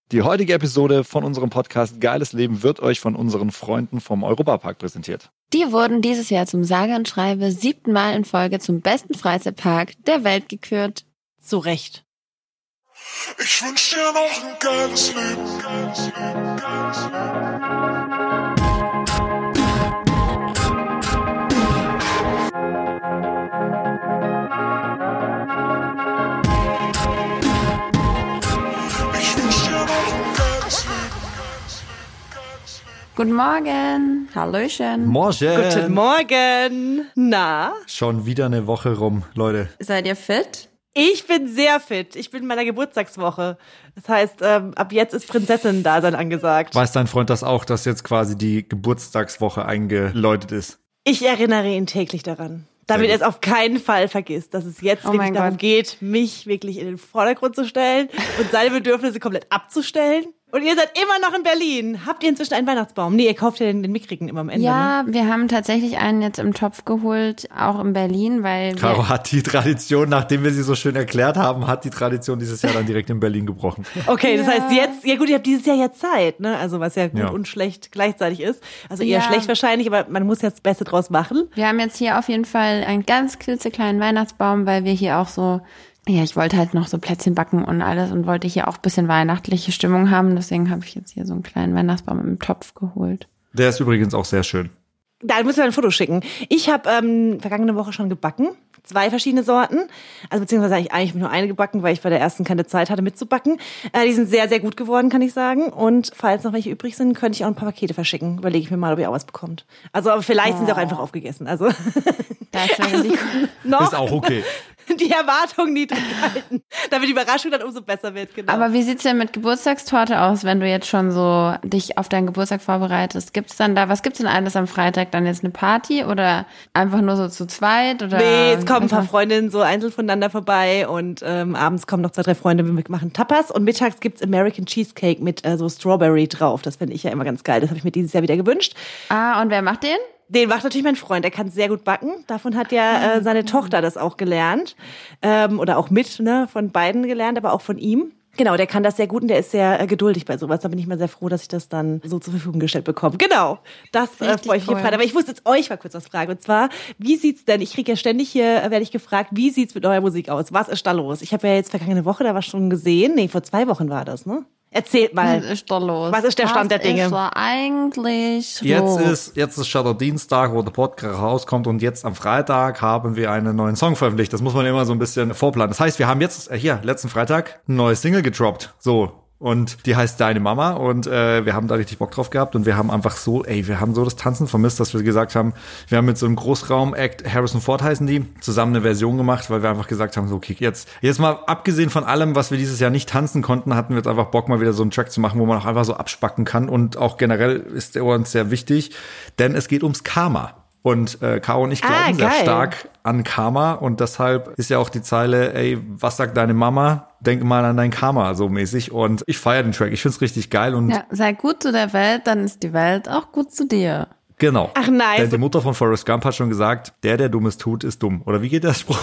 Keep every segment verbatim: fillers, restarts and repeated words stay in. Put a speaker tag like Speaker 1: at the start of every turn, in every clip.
Speaker 1: Die heutige Episode von unserem Podcast Geiles Leben wird euch von unseren Freunden vom Europapark präsentiert.
Speaker 2: Die wurden dieses Jahr zum sage und schreibe siebten Mal in Folge zum besten Freizeitpark der Welt gekürt.
Speaker 3: Zu Recht.
Speaker 4: Ich wünsch dir noch ein geiles Leben, geiles Leben, geiles Leben.
Speaker 2: Guten Morgen. Hallöchen.
Speaker 1: Morgen.
Speaker 3: Guten Morgen. Na?
Speaker 1: Schon wieder eine Woche rum, Leute.
Speaker 2: Seid ihr fit?
Speaker 3: Ich bin sehr fit. Ich bin in meiner Geburtstagswoche. Das heißt, ähm, ab jetzt ist Prinzessin-Dasein angesagt.
Speaker 1: Weiß dein Freund das auch, dass jetzt quasi die Geburtstagswoche eingeläutet ist?
Speaker 3: Ich erinnere ihn täglich daran. Damit er es auf keinen Fall vergisst, dass es jetzt
Speaker 2: oh
Speaker 3: wirklich darum
Speaker 2: Gott.
Speaker 3: geht, mich wirklich in den Vordergrund zu stellen und seine Bedürfnisse komplett abzustellen. Und ihr seid immer noch in Berlin. Habt ihr inzwischen einen Weihnachtsbaum? Nee, ihr kauft ja den, den mickrigen immer am Ende.
Speaker 2: Ja,
Speaker 3: ne?
Speaker 2: wir haben tatsächlich einen jetzt im Topf geholt, auch in Berlin, weil wir
Speaker 1: Caro hat die Tradition, nachdem wir sie so schön erklärt haben, hat die Tradition dieses Jahr dann direkt in Berlin gebrochen.
Speaker 3: Okay, das
Speaker 2: Ja.
Speaker 3: heißt jetzt, ja gut, ihr habt dieses Jahr ja Zeit, ne? Also was ja gut
Speaker 1: Ja.
Speaker 3: und schlecht gleichzeitig ist. Also eher
Speaker 2: Ja.
Speaker 3: schlecht wahrscheinlich, aber man muss jetzt das Beste draus machen.
Speaker 2: Wir haben jetzt hier auf jeden Fall einen ganz klitzekleinen Weihnachtsbaum, weil wir hier auch so, ja, ich wollte halt noch so Plätzchen backen und alles und wollte hier auch ein bisschen weihnachtliche Stimmung haben. Deswegen habe ich jetzt hier so einen kleinen Weihnachtsbaum im Topf geholt.
Speaker 1: Der ist übrigens auch sehr schön.
Speaker 3: Da müssen wir ein Foto schicken. Ich habe ähm, vergangene Woche schon gebacken. Zwei verschiedene Sorten. Also beziehungsweise eigentlich, eigentlich nur eine gebacken, weil ich bei der ersten keine Zeit hatte mitzubacken. Äh, die sind sehr, sehr gut geworden, kann ich sagen. Und falls noch welche übrig sind, könnte ich auch ein paar Pakete verschicken. Überlege ich mir mal, ob ihr auch was bekommt. Also aber vielleicht sind sie auch einfach aufgegessen. Also
Speaker 2: Da ist das Risiko.
Speaker 3: noch
Speaker 1: Ist auch okay.
Speaker 3: die Erwartungen niedrig halten, damit die Überraschung dann umso besser wird. Genau.
Speaker 2: Aber wie sieht's denn mit Geburtstagstorte aus, wenn du jetzt schon so dich auf deinen Geburtstag vorbereitest? Gibt's dann da, was gibt's denn alles am Freitag? Dann jetzt eine Party oder einfach nur so zu zweit? Oder
Speaker 3: Nee, es kommen ein paar
Speaker 2: einfach-
Speaker 3: Freundinnen so einzeln voneinander vorbei und ähm, abends kommen noch zwei, drei Freunde, wir machen Tapas und mittags gibt's American Cheesecake mit äh, so Strawberry drauf. Das finde ich ja immer ganz geil. Das habe ich mir dieses Jahr wieder gewünscht.
Speaker 2: Ah, und wer macht den?
Speaker 3: Den macht natürlich mein Freund, der kann sehr gut backen. Davon hat ja äh, seine Tochter das auch gelernt. Ähm, oder auch mit, ne, von beiden gelernt, aber auch von ihm. Genau, der kann das sehr gut und der ist sehr äh, geduldig bei sowas. Da bin ich mal sehr froh, dass ich das dann so zur Verfügung gestellt bekomme. Genau, das äh,
Speaker 2: Richtig
Speaker 3: freue ich mich
Speaker 2: cool.
Speaker 3: gefragt. Aber ich muss jetzt euch mal kurz was fragen. Und zwar, wie sieht's denn, ich kriege ja ständig hier, äh, werde ich gefragt, wie sieht's mit eurer Musik aus? Was ist da los? Ich habe ja jetzt vergangene Woche da was schon gesehen. Nee, vor zwei Wochen war das, ne? Erzählt mal.
Speaker 2: Was ist da los?
Speaker 3: Was ist der Stand der Dinge?
Speaker 2: Was ist da eigentlich
Speaker 1: Jetzt
Speaker 2: los?
Speaker 1: ist, jetzt ist schon der Dienstag, wo der Podcast rauskommt und jetzt am Freitag haben wir einen neuen Song veröffentlicht. Das muss man immer so ein bisschen vorplanen. Das heißt, wir haben jetzt, äh, hier, letzten Freitag, ein neues Single gedroppt. So. Und die heißt Deine Mama und äh, wir haben da richtig Bock drauf gehabt und wir haben einfach so, ey, wir haben so das Tanzen vermisst, dass wir gesagt haben, wir haben mit so einem Großraum-Act, Harrison Ford heißen die, zusammen eine Version gemacht, weil wir einfach gesagt haben, so okay, jetzt jetzt mal abgesehen von allem, was wir dieses Jahr nicht tanzen konnten, hatten wir jetzt einfach Bock, mal wieder so einen Track zu machen, wo man auch einfach so abspacken kann und auch generell ist der uns sehr wichtig, denn es geht ums Karma. Und äh, Caro und ich glauben
Speaker 3: Ah,
Speaker 1: sehr
Speaker 3: geil.
Speaker 1: stark an Karma und deshalb ist ja auch die Zeile, ey, was sagt deine Mama? Denk mal an dein Karma, so mäßig. Und ich feiere den Track, ich find's richtig geil und
Speaker 2: Ja, sei gut zu der Welt, dann ist die Welt auch gut zu dir.
Speaker 1: genau.
Speaker 3: Ach, nice.
Speaker 1: Denn die Mutter von Forrest Gump hat schon gesagt, der, der Dummes tut, ist dumm. Oder wie geht der Spruch?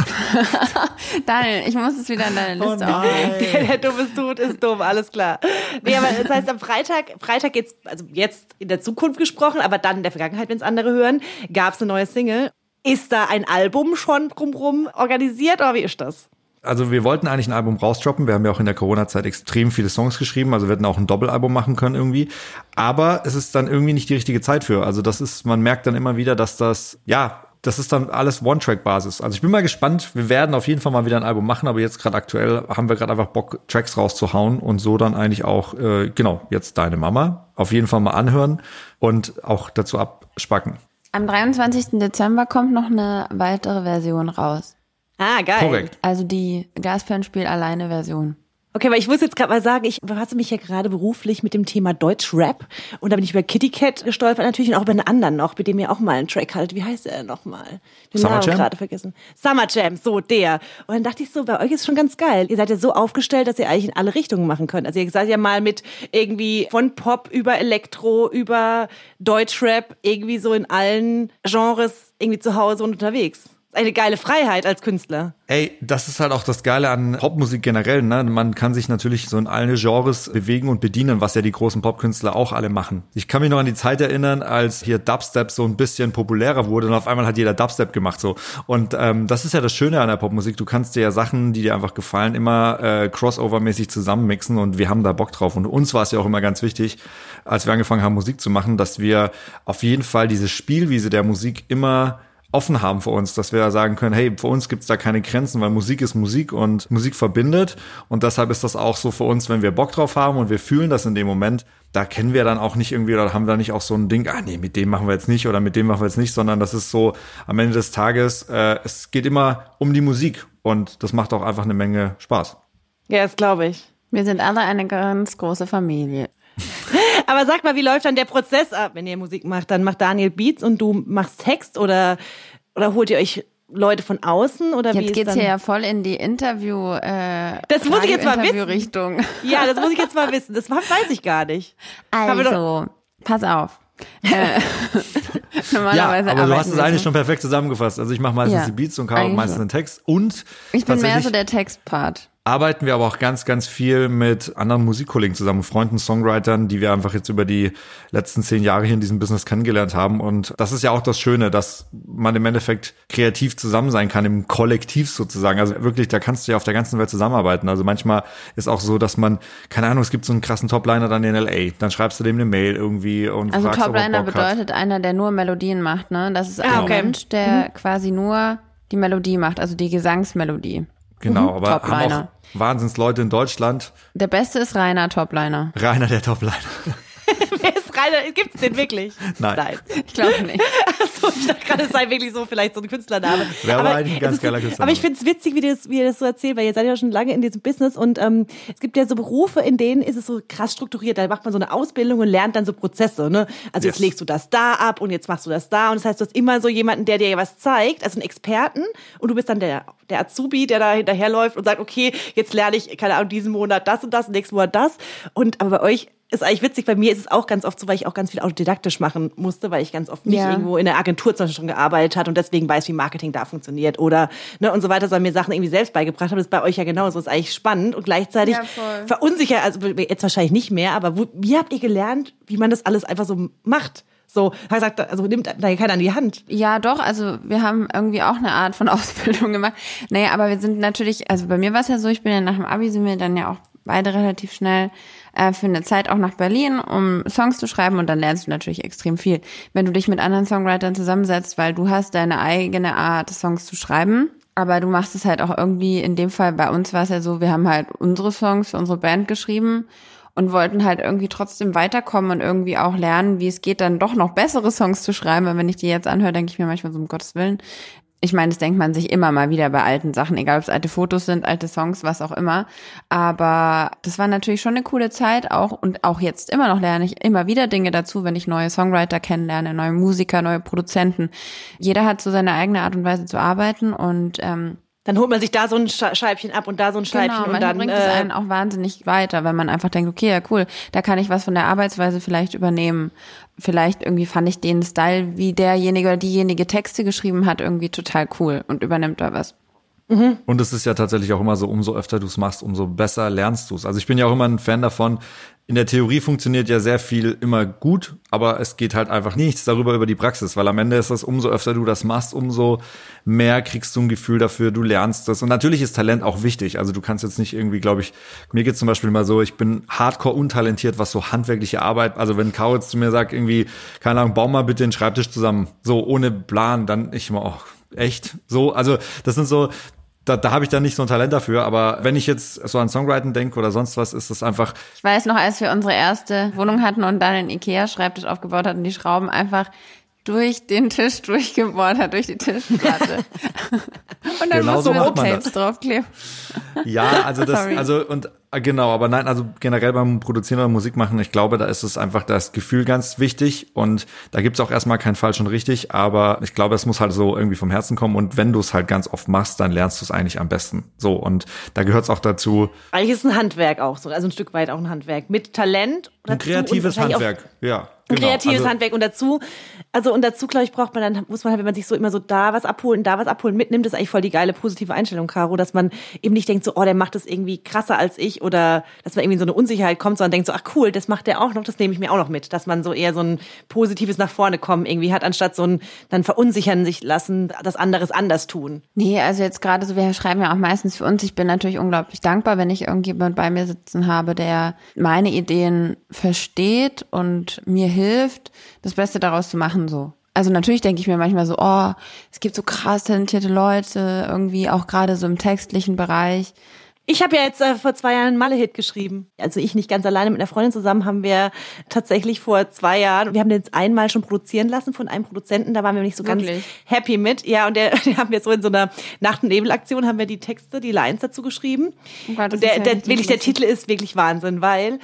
Speaker 2: Daniel, ich muss es wieder in deine
Speaker 1: Oh
Speaker 2: Liste aufnehmen.
Speaker 3: Der, der Dummes tut, ist dumm, alles klar. Nee, aber das heißt, am Freitag, Freitag geht's, also jetzt in der Zukunft gesprochen, aber dann in der Vergangenheit, wenn es andere hören, gab's eine neue Single. Ist da ein Album schon drumrum organisiert oder wie ist das?
Speaker 1: Also wir wollten eigentlich ein Album rausdroppen. Wir haben ja auch in der Corona-Zeit extrem viele Songs geschrieben. Also wir hätten auch ein Doppelalbum machen können irgendwie. Aber es ist dann irgendwie nicht die richtige Zeit für. Also das ist, man merkt dann immer wieder, dass das, ja, das ist dann alles One-Track-Basis. Also ich bin mal gespannt. Wir werden auf jeden Fall mal wieder ein Album machen. Aber jetzt gerade aktuell haben wir gerade einfach Bock, Tracks rauszuhauen. Und so dann eigentlich auch, äh, genau, jetzt Deine Mama. Auf jeden Fall mal anhören und auch dazu abspacken.
Speaker 2: Am dreiundzwanzigsten Dezember kommt noch eine weitere Version raus.
Speaker 3: Ah, geil.
Speaker 1: Korrekt.
Speaker 2: Also die Glasperlenspiel alleine Version.
Speaker 3: Okay, weil ich muss jetzt gerade mal sagen, ich befasse mich ja gerade beruflich mit dem Thema Deutschrap und da bin ich über Kitty Cat gestolpert natürlich und auch über einen anderen noch, mit dem ihr auch mal einen Track hattet. Wie heißt der denn nochmal? Den
Speaker 1: Summer
Speaker 3: Namen
Speaker 1: Jam?
Speaker 3: gerade vergessen. Summer Jam, so der. Und dann dachte ich so, bei euch ist schon ganz geil. Ihr seid ja so aufgestellt, dass ihr eigentlich in alle Richtungen machen könnt. Also ihr seid ja mal mit irgendwie von Pop über Elektro, über Deutschrap, irgendwie so in allen Genres irgendwie zu Hause und unterwegs. Eine geile Freiheit als Künstler.
Speaker 1: Ey, das ist halt auch das Geile an Popmusik generell, ne? Man kann sich natürlich so in alle Genres bewegen und bedienen, was ja die großen Popkünstler auch alle machen. Ich kann mich noch an die Zeit erinnern, als hier Dubstep so ein bisschen populärer wurde und auf einmal hat jeder Dubstep gemacht so. Und ähm, das ist ja das Schöne an der Popmusik. Du kannst dir ja Sachen, die dir einfach gefallen, immer äh, crossover-mäßig zusammenmixen und wir haben da Bock drauf. Und uns war es ja auch immer ganz wichtig, als wir angefangen haben, Musik zu machen, dass wir auf jeden Fall diese Spielwiese der Musik immer offen haben für uns, dass wir sagen können, hey, für uns gibt's da keine Grenzen, weil Musik ist Musik und Musik verbindet und deshalb ist das auch so für uns, wenn wir Bock drauf haben und wir fühlen das in dem Moment, da kennen wir dann auch nicht irgendwie oder haben da nicht auch so ein Ding, ah nee, mit dem machen wir jetzt nicht oder mit dem machen wir jetzt nicht, sondern das ist so am Ende des Tages, äh, es geht immer um die Musik und das macht auch einfach eine Menge Spaß.
Speaker 3: Ja, das glaube ich.
Speaker 2: Wir sind alle eine ganz große Familie.
Speaker 3: Aber sag mal, wie läuft dann der Prozess ab, wenn ihr Musik macht? Dann macht Daniel Beats und du machst Text oder, oder holt ihr euch Leute von außen? Oder wie
Speaker 2: Jetzt
Speaker 3: ist
Speaker 2: geht's
Speaker 3: dann?
Speaker 2: hier ja voll in die Interview äh,
Speaker 3: Das muss ich jetzt mal wissen.
Speaker 2: Interviewrichtung.
Speaker 3: Ja, das muss ich jetzt mal wissen. Das weiß ich gar nicht.
Speaker 2: Also, pass auf. äh, normalerweise
Speaker 1: ja, aber du hast
Speaker 2: arbeiten
Speaker 1: es
Speaker 2: wir
Speaker 1: eigentlich
Speaker 2: so.
Speaker 1: schon perfekt zusammengefasst. Also ich mache meistens
Speaker 2: Ja,
Speaker 1: die Beats und Caro
Speaker 2: eigentlich
Speaker 1: meistens
Speaker 2: schon.
Speaker 1: den Text und
Speaker 2: Ich bin mehr
Speaker 1: tatsächlich
Speaker 2: so der Textpart.
Speaker 1: arbeiten wir aber auch ganz, ganz viel mit anderen Musikkollegen zusammen, Freunden, Songwritern, die wir einfach jetzt über die letzten zehn Jahre hier in diesem Business kennengelernt haben. Und das ist ja auch das Schöne, dass man im Endeffekt kreativ zusammen sein kann, im Kollektiv sozusagen. Also wirklich, da kannst du ja auf der ganzen Welt zusammenarbeiten. Also manchmal ist auch so, dass man, keine Ahnung, es gibt so einen krassen Topliner dann in L A, dann schreibst du dem eine Mail irgendwie und
Speaker 2: Also
Speaker 1: fragst, ob er
Speaker 2: Topliner
Speaker 1: Bock hat.
Speaker 2: bedeutet einer, der nur Melodien macht, ne? Das ist ein
Speaker 3: Ah, okay.
Speaker 2: Mensch, der quasi nur die Melodie macht, also die Gesangsmelodie.
Speaker 1: Genau, aber haben
Speaker 2: Topliner.
Speaker 1: auch Wahnsinnsleute in Deutschland.
Speaker 2: Der beste ist Rainer Topliner.
Speaker 1: Rainer der Topliner.
Speaker 3: Wer ist Rainer? Gibt's den wirklich?
Speaker 1: Nein.
Speaker 3: Nein.
Speaker 2: Ich glaube nicht.
Speaker 3: Achso, ich dachte gerade, es sei wirklich so vielleicht so ein Künstlername.
Speaker 1: Wäre aber eigentlich ein
Speaker 3: es
Speaker 1: ganz
Speaker 3: ist-
Speaker 1: geiler Künstlername.
Speaker 3: Aber ich finde es witzig, wie ihr, das, wie ihr das so erzählt, weil ihr seid ja schon lange in diesem Business und ähm, es gibt ja so Berufe, in denen ist es so krass strukturiert. Da macht man so eine Ausbildung und lernt dann so Prozesse. Ne? Also
Speaker 1: Yes.
Speaker 3: jetzt legst du das da ab und jetzt machst du das da. Und das heißt, du hast immer so jemanden, der dir was zeigt, also einen Experten. Und du bist dann der, der Azubi, der da hinterherläuft und sagt, okay, jetzt lerne ich, keine Ahnung, diesen Monat das und das, nächsten Monat das. Und aber bei euch ist eigentlich witzig, bei mir ist es auch ganz oft so, weil ich auch ganz viel autodidaktisch machen musste, weil ich ganz oft nicht
Speaker 2: Ja.
Speaker 3: irgendwo in der Agentur zum Beispiel schon gearbeitet hat und deswegen weiß, wie Marketing da funktioniert oder ne, und so weiter, sondern mir Sachen irgendwie selbst beigebracht habe. Das ist bei euch ja genauso. Das ist eigentlich spannend und gleichzeitig
Speaker 2: Ja, voll.
Speaker 3: verunsichert, also jetzt wahrscheinlich nicht mehr, aber wo, wie habt ihr gelernt, wie man das alles einfach so macht? So, hat gesagt, also nimmt da keiner an die Hand.
Speaker 2: Ja, doch, also wir haben irgendwie auch eine Art von Ausbildung gemacht. Naja, aber wir sind natürlich, also bei mir war es ja so, ich bin ja nach dem Abi, sind wir dann ja auch beide relativ schnell äh, für eine Zeit auch nach Berlin, um Songs zu schreiben und dann lernst du natürlich extrem viel. Wenn du dich mit anderen Songwritern zusammensetzt, weil du hast deine eigene Art, Songs zu schreiben, aber du machst es halt auch irgendwie, in dem Fall bei uns war es ja so, wir haben halt unsere Songs für unsere Band geschrieben und wollten halt irgendwie trotzdem weiterkommen und irgendwie auch lernen, wie es geht, dann doch noch bessere Songs zu schreiben. Weil wenn ich die jetzt anhöre, denke ich mir manchmal so, um Gottes Willen. Ich meine, das denkt man sich immer mal wieder bei alten Sachen, egal ob es alte Fotos sind, alte Songs, was auch immer. Aber das war natürlich schon eine coole Zeit auch und auch jetzt immer noch lerne ich immer wieder Dinge dazu, wenn ich neue Songwriter kennenlerne, neue Musiker, neue Produzenten. Jeder hat so seine eigene Art und Weise zu arbeiten und ähm,
Speaker 3: Dann holt man sich da so ein Sch- Scheibchen ab und da so ein Scheibchen
Speaker 2: genau,
Speaker 3: und
Speaker 2: manchmal
Speaker 3: dann
Speaker 2: bringt es
Speaker 3: äh,
Speaker 2: einen auch wahnsinnig weiter, wenn man einfach denkt, okay, ja cool, da kann ich was von der Arbeitsweise vielleicht übernehmen. Vielleicht irgendwie fand ich den Style, wie derjenige oder diejenige Texte geschrieben hat, irgendwie total cool und übernimmt da was.
Speaker 1: Und es ist ja tatsächlich auch immer so, umso öfter du es machst, umso besser lernst du es. Also ich bin ja auch immer ein Fan davon, in der Theorie funktioniert ja sehr viel immer gut, aber es geht halt einfach nichts darüber über die Praxis, weil am Ende ist das, umso öfter du das machst, umso mehr kriegst du ein Gefühl dafür, du lernst das. Und natürlich ist Talent auch wichtig. Also du kannst jetzt nicht irgendwie, glaube ich, mir geht's zum Beispiel mal so, ich bin hardcore untalentiert, was so handwerkliche Arbeit, also wenn Caro jetzt zu mir sagt, irgendwie, keine Ahnung, bau mal bitte den Schreibtisch zusammen, so ohne Plan, dann ich immer, oh, echt? So, also das sind so, Da, da habe ich dann nicht so ein Talent dafür, aber wenn ich jetzt so an Songwriting denke oder sonst was, ist das einfach,
Speaker 2: Ich weiß noch, als wir unsere erste Wohnung hatten und dann einen Ikea-Schreibtisch aufgebaut hatten, die Schrauben einfach durch den Tisch durchgebohrt hat, durch die Tischplatte. Und dann
Speaker 1: Genau
Speaker 2: mussten
Speaker 1: so
Speaker 2: wir so
Speaker 1: macht man
Speaker 2: Tapes
Speaker 1: das.
Speaker 2: draufkleben.
Speaker 1: ja, also das,
Speaker 2: Sorry.
Speaker 1: also und äh, genau, aber nein, also generell beim Produzieren oder Musik machen, ich glaube, da ist es einfach das Gefühl ganz wichtig und da gibt's auch erstmal kein falsch und richtig, aber ich glaube, es muss halt so irgendwie vom Herzen kommen und wenn du es halt ganz oft machst, dann lernst du es eigentlich am besten. So, und da gehört's auch dazu,
Speaker 3: eigentlich ist es ein Handwerk auch so, also ein Stück weit auch ein Handwerk mit Talent
Speaker 1: ein
Speaker 3: dazu
Speaker 1: kreatives
Speaker 3: und wahrscheinlich auch
Speaker 1: Handwerk, ja.
Speaker 3: Ein
Speaker 1: Genau.
Speaker 3: kreatives
Speaker 1: also,
Speaker 3: Handwerk und dazu Also und dazu, glaube ich, braucht man dann, muss man halt, wenn man sich so immer so da was abholen, da was abholen mitnimmt, das ist eigentlich voll die geile positive Einstellung, Caro, dass man eben nicht denkt so, oh, der macht das irgendwie krasser als ich oder dass man irgendwie in so eine Unsicherheit kommt, sondern denkt so, ach cool, das macht der auch noch, das nehme ich mir auch noch mit. Dass man so eher so ein positives nach vorne kommen irgendwie hat, anstatt so ein dann verunsichern sich lassen, das anderes anders tun.
Speaker 2: Nee, also jetzt gerade so, wir schreiben ja auch meistens für uns. Ich bin natürlich unglaublich dankbar, wenn ich irgendjemand bei mir sitzen habe, der meine Ideen versteht und mir hilft, das Beste daraus zu machen, so. Also natürlich denke ich mir manchmal so, oh, es gibt so krass talentierte Leute, irgendwie auch gerade so im textlichen Bereich.
Speaker 3: Ich habe ja jetzt äh, vor zwei Jahren einen Malle-Hit geschrieben. Also ich nicht ganz alleine, mit einer Freundin zusammen haben wir tatsächlich vor zwei Jahren, wir haben den jetzt einmal schon produzieren lassen von einem Produzenten, da waren wir nicht so
Speaker 2: Wirklich?
Speaker 3: ganz happy mit. Ja, und der, der haben wir so in so einer Nacht- und Nebel-Aktion haben wir die Texte, die Lines dazu geschrieben.
Speaker 2: Oh Gott, das
Speaker 3: und der,
Speaker 2: ist ja
Speaker 3: der
Speaker 2: richtig
Speaker 3: wirklich, der
Speaker 2: lustig.
Speaker 3: Titel ist wirklich Wahnsinn, weil